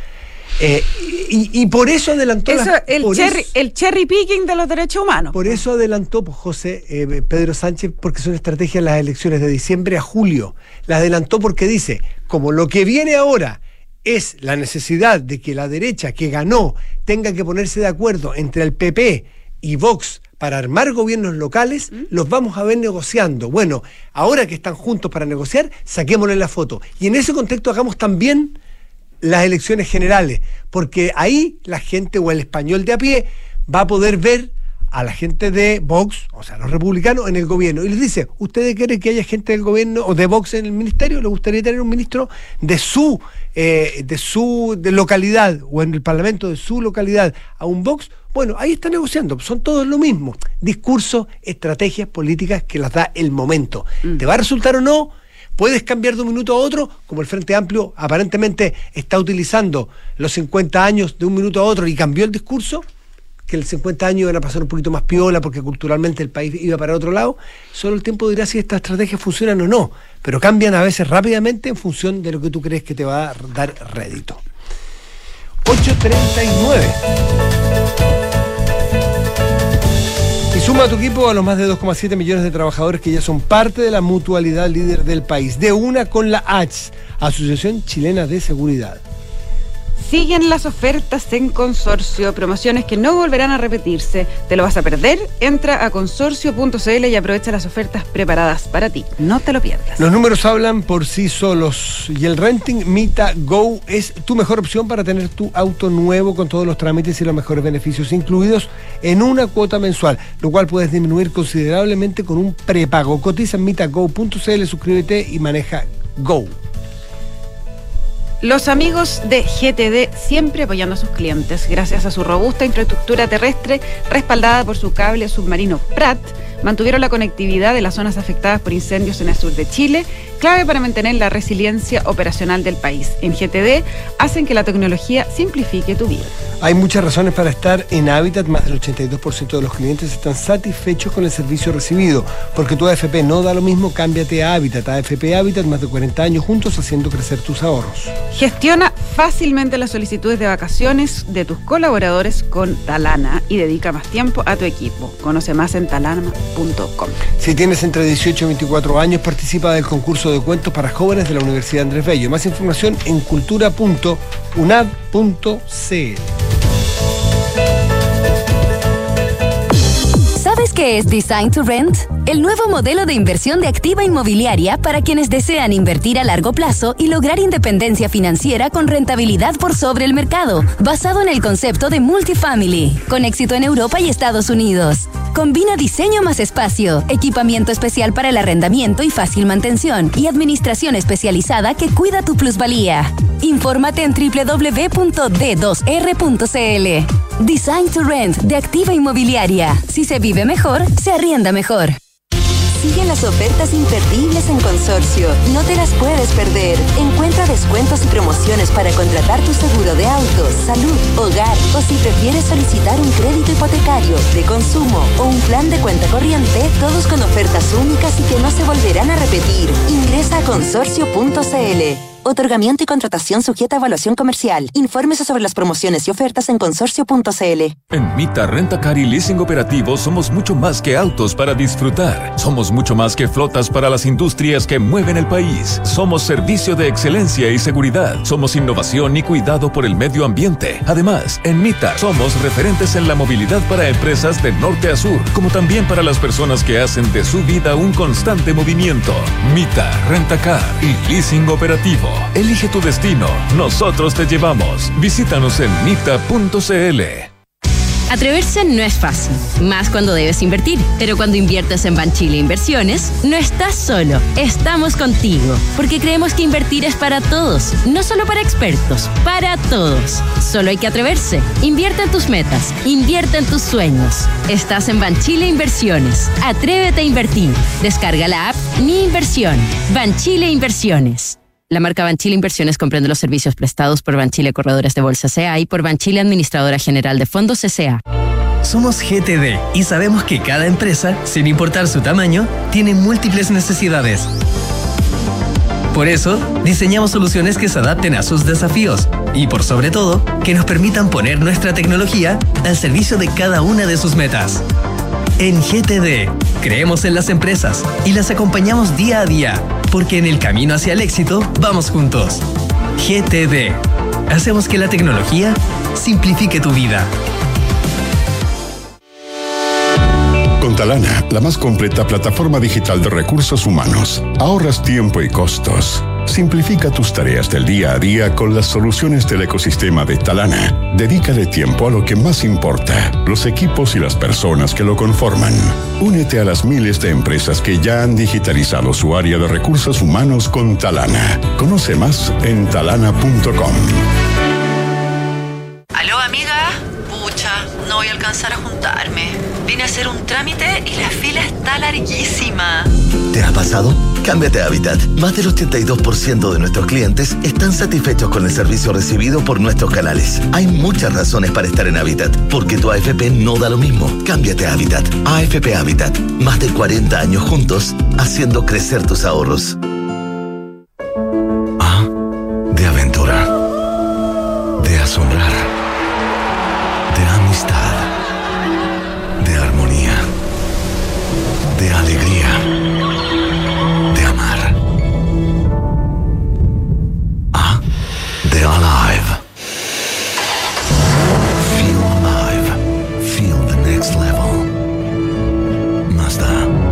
Y por eso adelantó... el cherry picking de los derechos humanos. Por eso adelantó, pues, José, Pedro Sánchez, porque son estrategias las elecciones de diciembre a julio. Las adelantó porque dice, como lo que viene ahora es la necesidad de que la derecha que ganó tenga que ponerse de acuerdo entre el PP y Vox para armar gobiernos locales, los vamos a ver negociando. Bueno, ahora que están juntos para negociar, saquémosle la foto. Y en ese contexto hagamos también las elecciones generales, porque ahí la gente o el español de a pie va a poder ver a la gente de Vox, o sea, los republicanos en el gobierno, y les dice, ¿ustedes quieren que haya gente del gobierno o de Vox en el ministerio? ¿Les gustaría tener un ministro de su localidad, o en el parlamento de su localidad a un Vox? Bueno, ahí están negociando, son todos lo mismo, discursos, estrategias políticas que las da el momento. ¿Te va a resultar o no? Puedes cambiar de un minuto a otro, como el Frente Amplio aparentemente está utilizando los 50 años de un minuto a otro y cambió el discurso, que el 50 años iban a pasar un poquito más piola porque culturalmente el país iba para otro lado. Solo el tiempo dirá si estas estrategias funcionan o no, pero cambian a veces rápidamente en función de lo que tú crees que te va a dar rédito. 8:39. Y suma a tu equipo a los más de 2,7 millones de trabajadores que ya son parte de la mutualidad líder del país, de una con la ACS, Asociación Chilena de Seguridad. Siguen las ofertas en Consorcio, promociones que no volverán a repetirse. ¿Te lo vas a perder? Entra a consorcio.cl y aprovecha las ofertas preparadas para ti. No te lo pierdas. Los números hablan por sí solos y el Renting Mita Go es tu mejor opción para tener tu auto nuevo con todos los trámites y los mejores beneficios incluidos en una cuota mensual, lo cual puedes disminuir considerablemente con un prepago. Cotiza en mitago.cl, suscríbete y maneja Go. Los amigos de GTD siempre apoyando a sus clientes gracias a su robusta infraestructura terrestre respaldada por su cable submarino Pratt, mantuvieron la conectividad de las zonas afectadas por incendios en el sur de Chile, clave para mantener la resiliencia operacional del país. En GTD hacen que la tecnología simplifique tu vida. Hay muchas razones para estar en Habitat. Más del 82% de los clientes están satisfechos con el servicio recibido. Porque tu AFP no da lo mismo, cámbiate a Habitat. AFP Habitat, más de 40 años juntos haciendo crecer tus ahorros. Gestiona fácilmente las solicitudes de vacaciones de tus colaboradores con Talana y dedica más tiempo a tu equipo. Conoce más en talana.com. Si tienes entre 18 y 24 años, participa del concurso de cuentos para jóvenes de la Universidad Andrés Bello. Más información en cultura.unab.cl. ¿Sabes qué es Design to Rent? El nuevo modelo de inversión de activa inmobiliaria para quienes desean invertir a largo plazo y lograr independencia financiera con rentabilidad por sobre el mercado, basado en el concepto de multifamily, con éxito en Europa y Estados Unidos. Combina diseño más espacio, equipamiento especial para el arrendamiento y fácil mantención, y administración especializada que cuida tu plusvalía. Infórmate en www.d2r.cl. Design to Rent de Activa Inmobiliaria. Si se vive mejor, se arrienda mejor. Siguen las ofertas imperdibles en Consorcio. No te las puedes perder. Encuentra descuentos y promociones para contratar tu seguro de autos, salud, hogar, o si prefieres solicitar un crédito hipotecario, de consumo o un plan de cuenta corriente, todos con ofertas únicas y que no se volverán a repetir. Ingresa a consorcio.cl. Otorgamiento y contratación sujeta a evaluación comercial. Infórmese sobre las promociones y ofertas en consorcio.cl. En Mita Rentacar y Leasing Operativo somos mucho más que autos para disfrutar. Somos mucho más que flotas para las industrias que mueven el país. Somos servicio de excelencia y seguridad. Somos innovación y cuidado por el medio ambiente. Además, en Mita somos referentes en la movilidad para empresas de norte a sur, como también para las personas que hacen de su vida un constante movimiento. Mita Rentacar y Leasing Operativo. Elige tu destino, nosotros te llevamos. Visítanos en mita.cl. Atreverse no es fácil, más cuando debes invertir. Pero cuando inviertes en Banchile Inversiones, no estás solo, estamos contigo. Porque creemos que invertir es para todos, no solo para expertos, para todos. Solo hay que atreverse. Invierte en tus metas, invierte en tus sueños. Estás en Banchile Inversiones. Atrévete a invertir. Descarga la app Mi Inversión. Banchile Inversiones. La marca Banchile Inversiones comprende los servicios prestados por Banchile Corredores de Bolsa S.A. y por Banchile Administradora General de Fondos S.A. Somos GTD y sabemos que cada empresa, sin importar su tamaño, tiene múltiples necesidades. Por eso, diseñamos soluciones que se adapten a sus desafíos y, por sobre todo, que nos permitan poner nuestra tecnología al servicio de cada una de sus metas. En GTD, creemos en las empresas y las acompañamos día a día, porque en el camino hacia el éxito vamos juntos. GTD. Hacemos que la tecnología simplifique tu vida. Con Talana, la más completa plataforma digital de recursos humanos, ahorras tiempo y costos. Simplifica tus tareas del día a día con las soluciones del ecosistema de Talana. Dedícale tiempo a lo que más importa, los equipos y las personas que lo conforman. Únete a las miles de empresas que ya han digitalizado su área de recursos humanos con Talana. Conoce más en talana.com. ¿Aló, amiga? Pucha, no voy a alcanzar a juntarme. Vine a hacer un trámite y la fila está larguísima. ¿Te ha pasado? Cámbiate a Habitat. Más del 82% de nuestros clientes están satisfechos con el servicio recibido por nuestros canales. Hay muchas razones para estar en Habitat, porque tu AFP no da lo mismo. Cámbiate a Habitat. AFP Habitat. Más de 40 años juntos, haciendo crecer tus ahorros. A de aventura. De asombrar. De amistad. De armonía. De alegría. De amar. A de alive. Feel alive. Feel the next level. Mazda.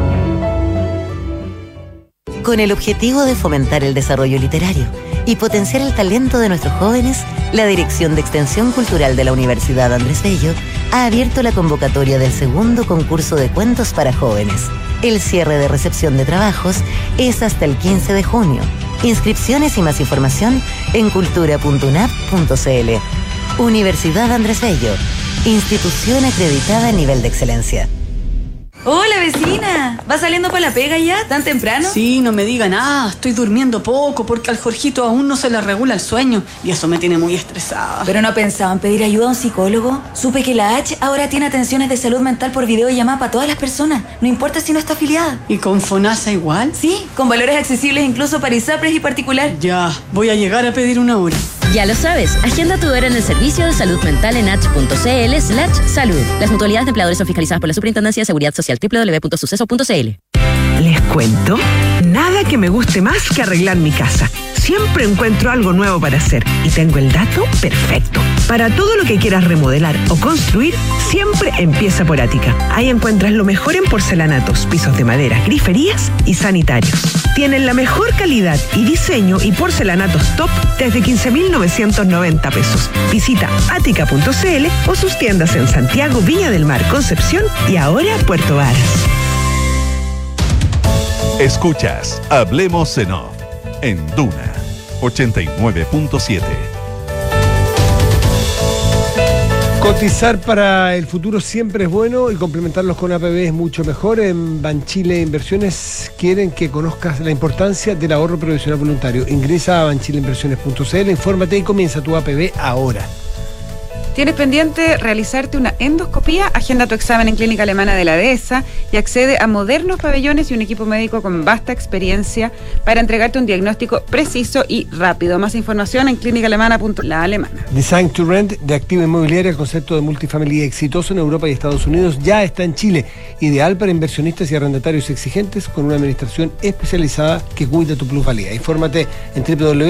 Con el objetivo de fomentar el desarrollo literario y potenciar el talento de nuestros jóvenes, la Dirección de Extensión Cultural de la Universidad Andrés Bello ha abierto la convocatoria del segundo concurso de cuentos para jóvenes. El cierre de recepción de trabajos es hasta el 15 de junio. Inscripciones y más información en cultura.unab.cl. Universidad Andrés Bello, institución acreditada a nivel de excelencia. Hola, vecina. ¿Va saliendo para la pega ya? ¿Tan temprano? Sí, no me diga nada. Estoy durmiendo poco porque al Jorgito aún no se le regula el sueño y eso me tiene muy estresada. ¿Pero no pensaba en pedir ayuda a un psicólogo? Supe que la H ahora tiene atenciones de salud mental por videollamada para todas las personas. No importa si no está afiliada. ¿Y con FONASA igual? Sí, con valores accesibles incluso para ISAPRES y particular. Ya, voy a llegar a pedir una hora. Ya lo sabes, agenda tu hora en el servicio de salud mental en h.cl/salud. Las mutualidades de empleadores son fiscalizadas por la Superintendencia de Seguridad Social, www.suceso.cl. Les cuento, nada que me guste más que arreglar mi casa. Siempre encuentro algo nuevo para hacer y tengo el dato perfecto. Para todo lo que quieras remodelar o construir, siempre empieza por Ática. Ahí encuentras lo mejor en porcelanatos, pisos de madera, griferías y sanitarios. Tienen la mejor calidad y diseño y porcelanatos top desde 15.990 pesos. Visita ática.cl o sus tiendas en Santiago, Viña del Mar, Concepción y ahora Puerto Varas. Escuchas Hablemos en Off en Duna 89.7. Cotizar para el futuro siempre es bueno y complementarlos con APB es mucho mejor. En Banchile Inversiones quieren que conozcas la importancia del ahorro previsional voluntario. Ingresa a banchileinversiones.cl, infórmate y comienza tu APB ahora. ¿Tienes pendiente realizarte una endoscopía? Agenda tu examen en Clínica Alemana de la Dehesa y accede a modernos pabellones y un equipo médico con vasta experiencia para entregarte un diagnóstico preciso y rápido. Más información en clínicaalemana.la Alemana. Design to Rent de Activa Inmobiliaria, el concepto de multifamily exitoso en Europa y Estados Unidos, ya está en Chile. Ideal para inversionistas y arrendatarios exigentes con una administración especializada que cuida tu plusvalía. Infórmate en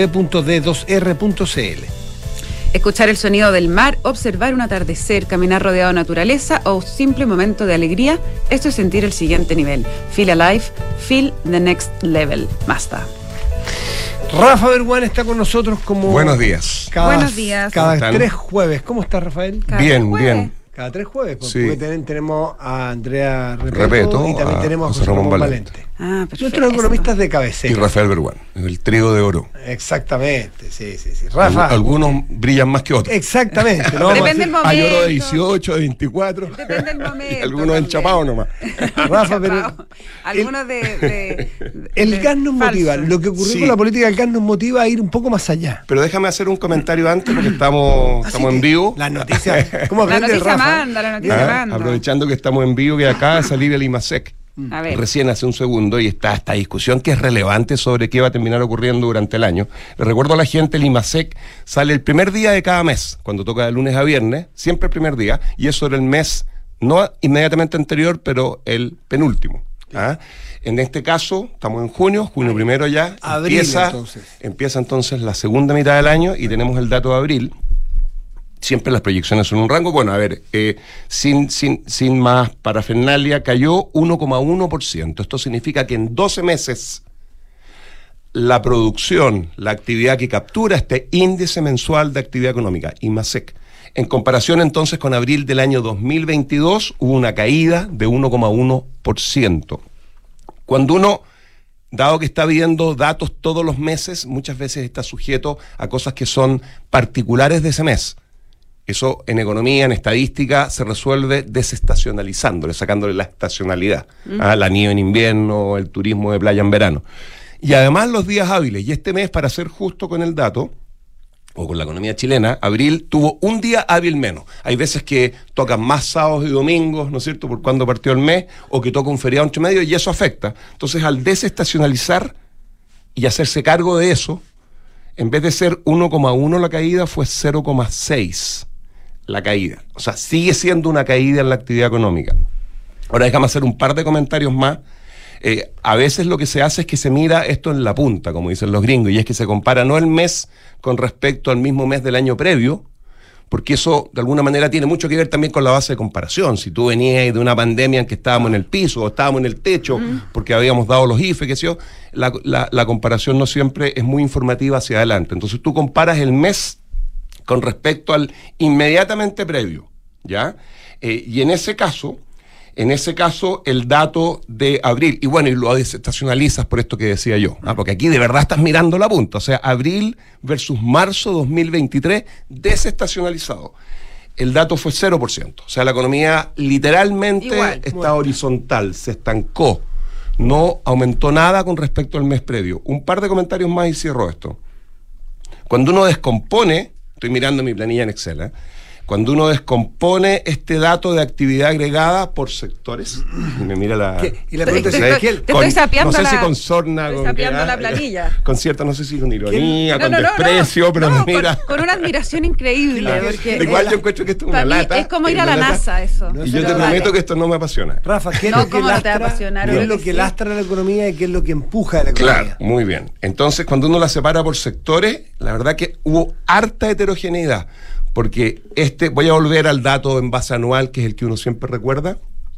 www.d2r.cl. Escuchar el sonido del mar, observar un atardecer, caminar rodeado de naturaleza o un simple momento de alegría, esto es sentir el siguiente nivel. Feel alive, feel the next level. Mazda. Rafa Berguán está con nosotros como... Buenos días. Buenos días. Cada 3 jueves. ¿Cómo estás, Rafael? Bien. Cada 3 jueves, sí. Porque también tenemos a Andrea Repeto y también tenemos a José Ramón Valente. Nuestros economistas de cabecera. Y Rafael Berguán, el trigo de oro. Exactamente, sí. Rafa. Algunos brillan más que otros. Exactamente. Depende del momento. Hay oro de 18, de 24. Depende del momento. Y algunos enchapados nomás. Rafa, pero... Algunos el gas nos motiva. Lo que ocurrió con la política del gas nos motiva a ir un poco más allá. Pero déjame hacer un comentario antes porque estamos en vivo. Las noticias... ¿Cómo aprende el Rafa? La noticia manda. Aprovechando que estamos en vivo, que acaba de salir el IMASEC. Recién hace un segundo, y está esta discusión que es relevante sobre qué va a terminar ocurriendo durante el año. Le recuerdo a la gente, el IMASEC sale el primer día de cada mes, cuando toca de lunes a viernes, siempre el primer día, y es sobre el mes, no inmediatamente anterior, pero el penúltimo. En este caso, estamos en junio primero ya, empieza entonces la segunda mitad del año y tenemos el dato de abril. Siempre las proyecciones son un rango. Bueno, a ver, sin más parafernalia, cayó 1,1%. Esto significa que en 12 meses la producción, la actividad que captura este índice mensual de actividad económica, IMASEC, en comparación entonces con abril del año 2022, hubo una caída de 1,1%. Cuando uno, dado que está viendo datos todos los meses, muchas veces está sujeto a cosas que son particulares de ese mes. Eso en economía, en estadística, se resuelve desestacionalizándole, sacándole la estacionalidad. La nieve en invierno, el turismo de playa en verano. Y además los días hábiles. Y este mes, para ser justo con el dato, o con la economía chilena, abril tuvo un día hábil menos. Hay veces que tocan más sábados y domingos, ¿no es cierto?, por cuando partió el mes, o que toca un feriado entre medio, y eso afecta. Entonces, al desestacionalizar y hacerse cargo de eso, en vez de ser 1,1 la caída, fue 0,6 la caída. O sea, sigue siendo una caída en la actividad económica. Ahora déjame hacer un par de comentarios más. A veces lo que se hace es que se mira esto en la punta, como dicen los gringos, y es que se compara no el mes con respecto al mismo mes del año previo, porque eso de alguna manera tiene mucho que ver también con la base de comparación. Si tú venías de una pandemia en que estábamos en el piso o estábamos en el techo porque habíamos dado los IFE, qué sé yo, la comparación no siempre es muy informativa hacia adelante. Entonces tú comparas el mes con respecto al inmediatamente previo, ¿ya? Y en ese caso, el dato de abril, y bueno, y lo desestacionalizas por esto que decía yo, porque aquí de verdad estás mirando la punta, o sea, abril versus marzo 2023 desestacionalizado. el dato fue 0%. O sea, la economía literalmente está horizontal, se estancó. No aumentó nada con respecto al mes previo. Un par de comentarios más y cierro esto. Cuando uno descompone, estoy mirando mi planilla en Excel, cuando uno descompone este dato de actividad agregada por sectores, y me mira la... Y la pregunta es, te estoy sapeando, no sé si con sorna, con la planilla. Con cierta, no sé si con ironía, con desprecio, pero me mira... Con una admiración increíble. Porque igual yo encuentro que esto es una lata. Es como ir a la NASA, eso. Y yo te prometo que esto no me apasiona. Rafa, ¿qué es lo que lastra? ¿Qué es lo que lastra la economía y qué es lo que empuja a la economía? Claro, muy bien. Entonces, cuando uno la separa por sectores, la verdad que hubo harta heterogeneidad. Porque voy a volver al dato en base anual, que es el que uno siempre recuerda,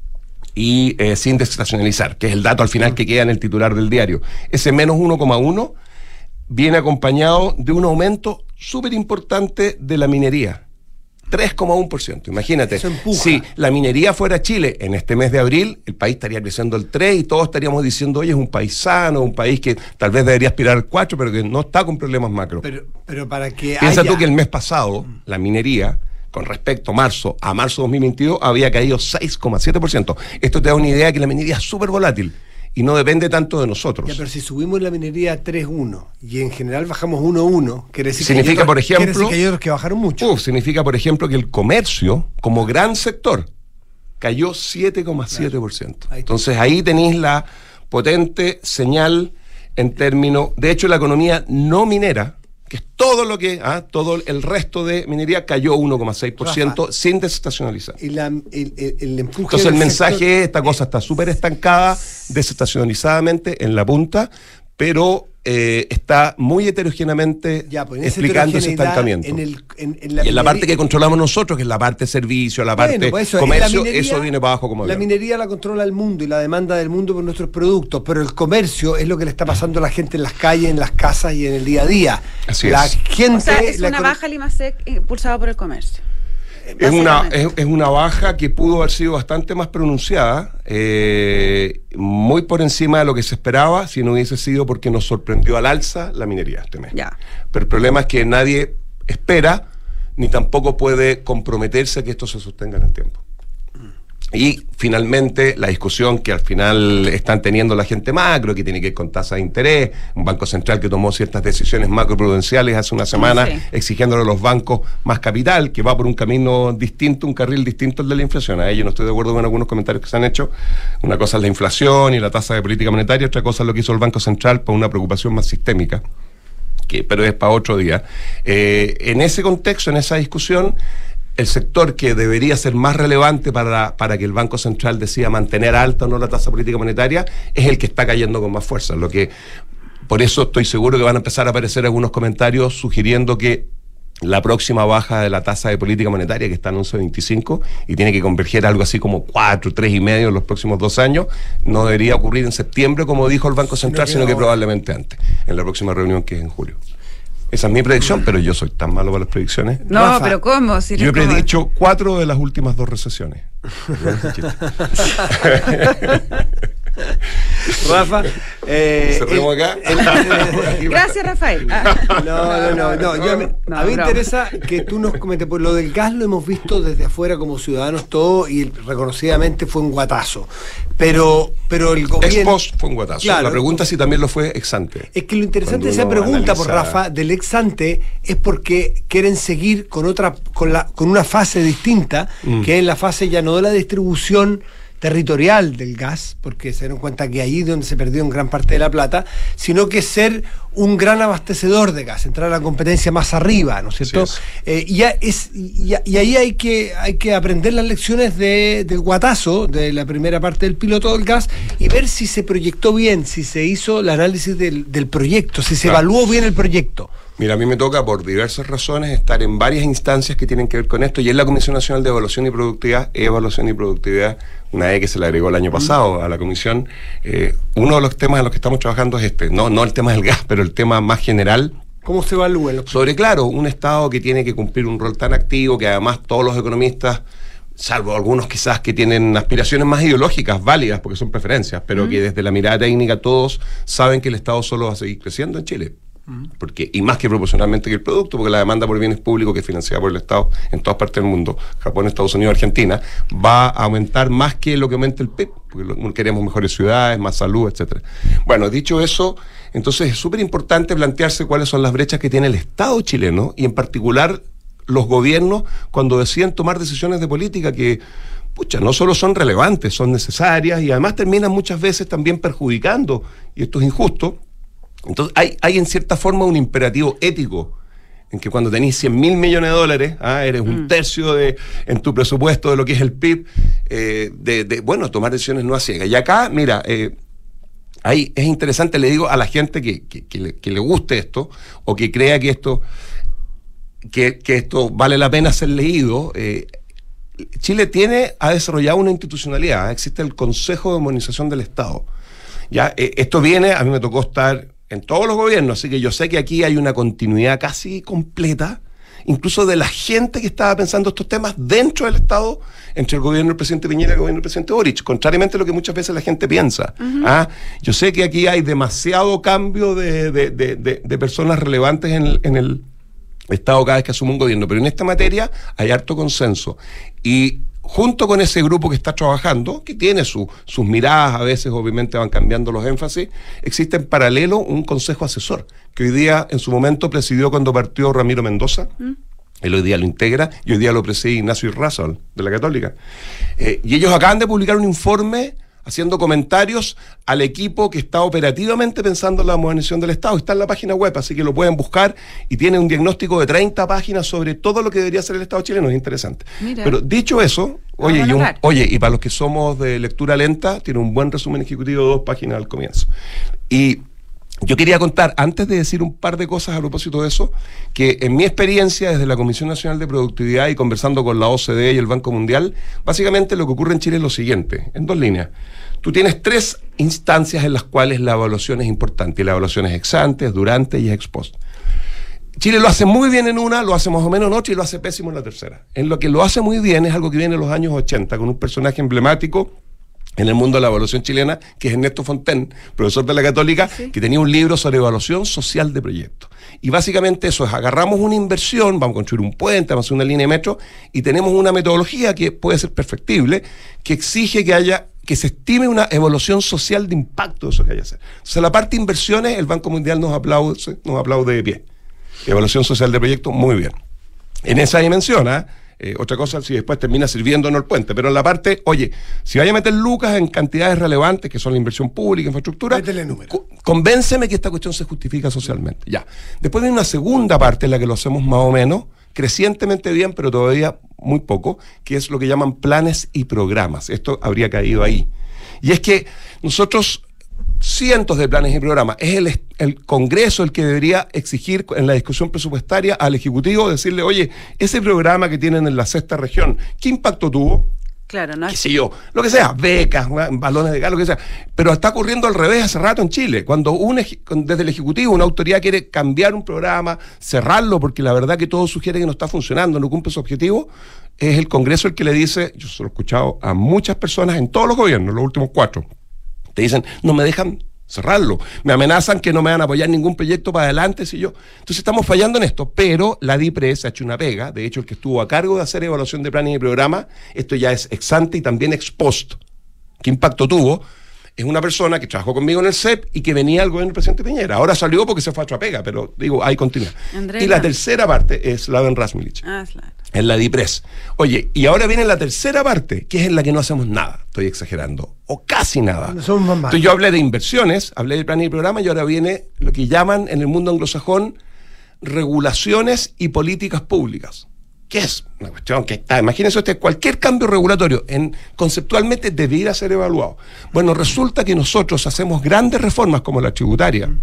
y sin desestacionalizar, que es el dato al final que queda en el titular del diario. Ese menos 1,1 viene acompañado de un aumento súper importante de la minería. 3,1%. Imagínate, si la minería fuera Chile en este mes de abril, el país estaría creciendo el 3 y todos estaríamos diciendo, oye, es un país sano, un país que tal vez debería aspirar al 4, pero que no está con problemas macro. Pero para que Piensa tú que el mes pasado, la minería, con respecto a marzo 2022, había caído 6,7%. Esto te da una idea de que la minería es súper volátil y no depende tanto de nosotros. Ya, pero si subimos la minería a 3,1 y en general bajamos 1,1, quiere decir significa, por ejemplo, que hay otros que bajaron mucho. Significa, por ejemplo, que el comercio, como gran sector, cayó 7,7%. Claro. Entonces ahí tenéis la potente señal en términos, de hecho la economía no minera, que es todo lo que, todo el resto de minería, cayó 1,6% sin desestacionalizar. El empuje. Entonces el mensaje es, esta cosa está súper estancada, desestacionalizadamente en la punta, pero está muy heterogéneamente explicando ese estancamiento. En la parte que controlamos nosotros, que es la parte servicio, la parte comercio, eso viene para abajo como la minería la controla el mundo y la demanda del mundo por nuestros productos, pero el comercio es lo que le está pasando a la gente en las calles, en las casas y en el día a día. Así gente, o sea, es una baja el IMASEC impulsada por el comercio. Es una baja que pudo haber sido bastante más pronunciada, muy por encima de lo que se esperaba, si no hubiese sido porque nos sorprendió al alza la minería este mes. Pero el problema es que nadie espera ni tampoco puede comprometerse a que esto se sostenga en el tiempo. Y finalmente la discusión que al final están teniendo la gente macro, que tiene que ver con tasas de interés, un banco central que tomó ciertas decisiones macroprudenciales hace una semana, exigiéndole a los bancos más capital, que va por un camino distinto, un carril distinto al de la inflación. A ello no estoy de acuerdo con algunos comentarios que se han hecho. Una cosa es la inflación y la tasa de política monetaria, otra cosa es lo que hizo el Banco Central por una preocupación más sistémica, pero es para otro día. En ese contexto, en esa discusión, el sector que debería ser más relevante para que el Banco Central decida mantener alta o no la tasa política monetaria es el que está cayendo con más fuerza. Por eso estoy seguro que van a empezar a aparecer algunos comentarios sugiriendo que la próxima baja de la tasa de política monetaria, que está en 11,25 y tiene que converger a algo así como 4, 3,5 en los próximos 2 años, no debería ocurrir en septiembre, como dijo el Banco Central, sino que probablemente antes, en la próxima reunión que es en julio. Esa es mi predicción, pero yo soy tan malo para las predicciones. No, Rafa, pero ¿cómo? Si yo he predicho 4 de las últimas 2 recesiones. Rafa, cerremos acá. Gracias, Rafael. No. A mí me interesa que tú nos comentes, pues lo del gas lo hemos visto desde afuera como ciudadanos todo y reconocidamente fue un guatazo. Pero el gobierno... Ex post fue un guatazo. Claro, la pregunta es si también lo fue ex ante. Es que lo interesante de esa pregunta, por Rafa, del ex ante, es porque quieren seguir con una fase distinta, que es la fase ya no de la distribución territorial del gas, porque se dieron cuenta que ahí es donde se perdió en gran parte de la plata, sino que ser un gran abastecedor de gas, entrar a la competencia más arriba, ¿no es cierto? Y ahí hay que aprender las lecciones del guatazo, de la primera parte del piloto del gas, y ver si se proyectó bien, si se hizo el análisis del proyecto, si se evaluó bien el proyecto. Mira, a mí me toca por diversas razones estar en varias instancias que tienen que ver con esto, y es la Comisión Nacional de Evaluación y Productividad, una vez que se le agregó el año pasado a la comisión. Uno de los temas en los que estamos trabajando es no el tema del gas, pero el tema más general. ¿Cómo se evalúa? Sobre, claro, un Estado que tiene que cumplir un rol tan activo, que además todos los economistas, salvo algunos quizás que tienen aspiraciones más ideológicas, válidas, porque son preferencias, pero que desde la mirada técnica todos saben que el Estado solo va a seguir creciendo en Chile. y más que proporcionalmente que el producto, porque la demanda por bienes públicos, que es financiada por el Estado en todas partes del mundo, Japón, Estados Unidos, Argentina, va a aumentar más que lo que aumenta el PIB, porque queremos mejores ciudades, más salud, etcétera. Bueno, dicho eso, entonces es súper importante plantearse cuáles son las brechas que tiene el Estado chileno, y en particular los gobiernos, cuando deciden tomar decisiones de política que no solo son relevantes, son necesarias, y además terminan muchas veces también perjudicando, y esto es injusto. Entonces hay en cierta forma un imperativo ético en que cuando tenés 100.000 millones de dólares, eres un tercio en tu presupuesto de lo que es el PIB, tomar decisiones no a ciegas. Y acá, mira, ahí es interesante, le digo a la gente que le guste esto, o que crea que esto vale la pena ser leído. Chile ha desarrollado una institucionalidad, existe el Consejo de Modernización del Estado. Ya, esto a mí me tocó estar en todos los gobiernos, así que yo sé que aquí hay una continuidad casi completa, incluso de la gente que estaba pensando estos temas dentro del Estado, entre el gobierno del presidente Piñera y el gobierno del presidente Boric, contrariamente a lo que muchas veces la gente piensa. Yo sé que aquí hay demasiado cambio de personas relevantes en el Estado cada vez que asume un gobierno, pero en esta materia hay harto consenso, y junto con ese grupo que está trabajando, que tiene sus miradas, a veces obviamente van cambiando los énfasis, existe en paralelo un consejo asesor, que hoy día en su momento presidió cuando partió Ramiro Mendoza, él hoy día lo integra, y hoy día lo preside Ignacio Irrazabal, de la Católica. Y ellos acaban de publicar un informe haciendo comentarios al equipo que está operativamente pensando en la modernización del Estado. Está en la página web, así que lo pueden buscar, y tiene un diagnóstico de 30 páginas sobre todo lo que debería ser el Estado chileno. Es interesante. Mira. Pero dicho eso, y para los que somos de lectura lenta, tiene un buen resumen ejecutivo de 2 páginas al comienzo. Y yo quería contar, antes de decir un par de cosas a propósito de eso, que en mi experiencia desde la Comisión Nacional de Productividad y conversando con la OCDE y el Banco Mundial, básicamente lo que ocurre en Chile es lo siguiente, en 2 líneas. Tú tienes 3 instancias en las cuales la evaluación es importante, y la evaluación es ex ante, es durante y es ex post. Chile lo hace muy bien en una, lo hace más o menos en otra, y lo hace pésimo en la tercera. En lo que lo hace muy bien es algo que viene en los años 80, con un personaje emblemático en el mundo de la evaluación chilena, que es Ernesto Fontaine, profesor de la Católica, que tenía un libro sobre evaluación social de proyectos. Y básicamente eso es, agarramos una inversión, vamos a construir un puente, vamos a hacer una línea de metro, y tenemos una metodología que puede ser perfectible, que exige que se estime una evaluación social de impacto de eso que hay que hacer. Entonces, la parte de inversiones, el Banco Mundial nos aplaude de pie. Evaluación social de proyectos, muy bien. En esa dimensión, otra cosa si después termina sirviéndonos el puente, pero en la parte, si vaya a meter lucas en cantidades relevantes, que son la inversión pública, infraestructura, convénceme que esta cuestión se justifica socialmente. Ya. Después viene una segunda parte en la que lo hacemos más o menos, crecientemente bien, pero todavía muy poco, que es lo que llaman planes y programas. Esto habría caído ahí. Y es que nosotros, cientos de planes y programas, es el Congreso el que debería exigir en la discusión presupuestaria al Ejecutivo, decirle, ese programa que tienen en la 6ª región, ¿qué impacto tuvo? Claro, no qué sé yo, lo que sea, becas, balones de gas, lo que sea. Pero está ocurriendo al revés hace rato en Chile. Cuando desde el Ejecutivo una autoridad quiere cambiar un programa, cerrarlo, porque la verdad que todo sugiere que no está funcionando, no cumple su objetivo, es el Congreso el que le dice, yo se lo he escuchado a muchas personas en todos los gobiernos, los últimos 4, te dicen, no me dejan cerrarlo, me amenazan que no me van a apoyar ningún proyecto para adelante si yo. Entonces estamos fallando en esto, pero la DIPRES ha hecho una pega. De hecho, el que estuvo a cargo de hacer evaluación de planes y programas, esto ya es ex ante y también ex post. ¿Qué impacto tuvo? Es una persona que trabajó conmigo en el CEP y que venía al gobierno del presidente Piñera. Ahora salió porque se fue a otra pega, pero hay continuidad. Y la tercera parte es Slaven Rasmulich. En la DIPRES. Y ahora viene la tercera parte, que es en la que no hacemos nada. Estoy exagerando. O casi nada. Entonces yo hablé de inversiones, hablé de plan y programa, y ahora viene lo que llaman en el mundo anglosajón regulaciones y políticas públicas. ¿Qué es? Una cuestión que está, imagínense usted, cualquier cambio regulatorio conceptualmente debiera ser evaluado. Bueno, resulta que nosotros hacemos grandes reformas como la tributaria,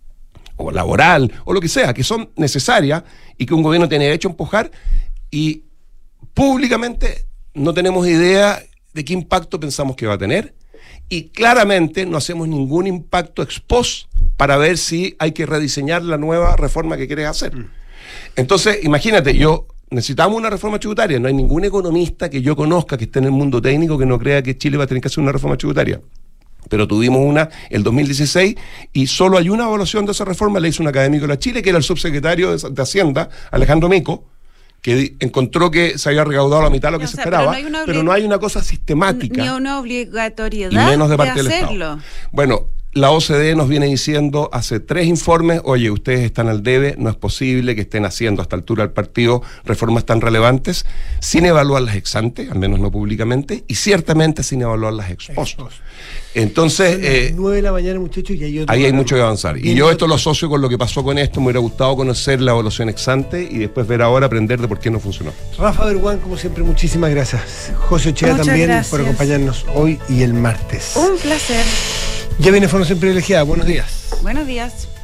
o laboral, o lo que sea, que son necesarias y que un gobierno tiene derecho a empujar, y públicamente no tenemos idea de qué impacto pensamos que va a tener, y claramente no hacemos ningún impacto ex post para ver si hay que rediseñar la nueva reforma que quieres hacer. Entonces, imagínate, necesitamos una reforma tributaria. No hay ningún economista que yo conozca que esté en el mundo técnico que no crea que Chile va a tener que hacer una reforma tributaria. pero tuvimos una el 2016 y solo hay una evaluación de esa reforma, la hizo un académico de la Chile, que era el subsecretario de Hacienda, Alejandro Mico, que encontró que se había recaudado la mitad de lo que se esperaba, pero no hay una cosa sistemática. Ni una obligatoriedad y menos de parte del hacerlo. Estado. Bueno, la OCDE nos viene diciendo hace 3 informes, oye, ustedes están al debe, no es posible que estén haciendo a esta altura del partido reformas tan relevantes sin evaluarlas ex ante, al menos no públicamente, y ciertamente sin evaluarlas ex post. Entonces, 9 de la mañana, muchachos, y ahí hay mucho que avanzar. Y yo esto lo asocio con lo que pasó con esto. Me hubiera gustado conocer la evaluación ex ante y después ver ahora, aprender de por qué no funcionó. Rafa Berguán, como siempre, muchísimas gracias. José Ochea también por acompañarnos hoy y el martes. Un placer. Ya viene Formación Privilegiada. Buenos días. Buenos días.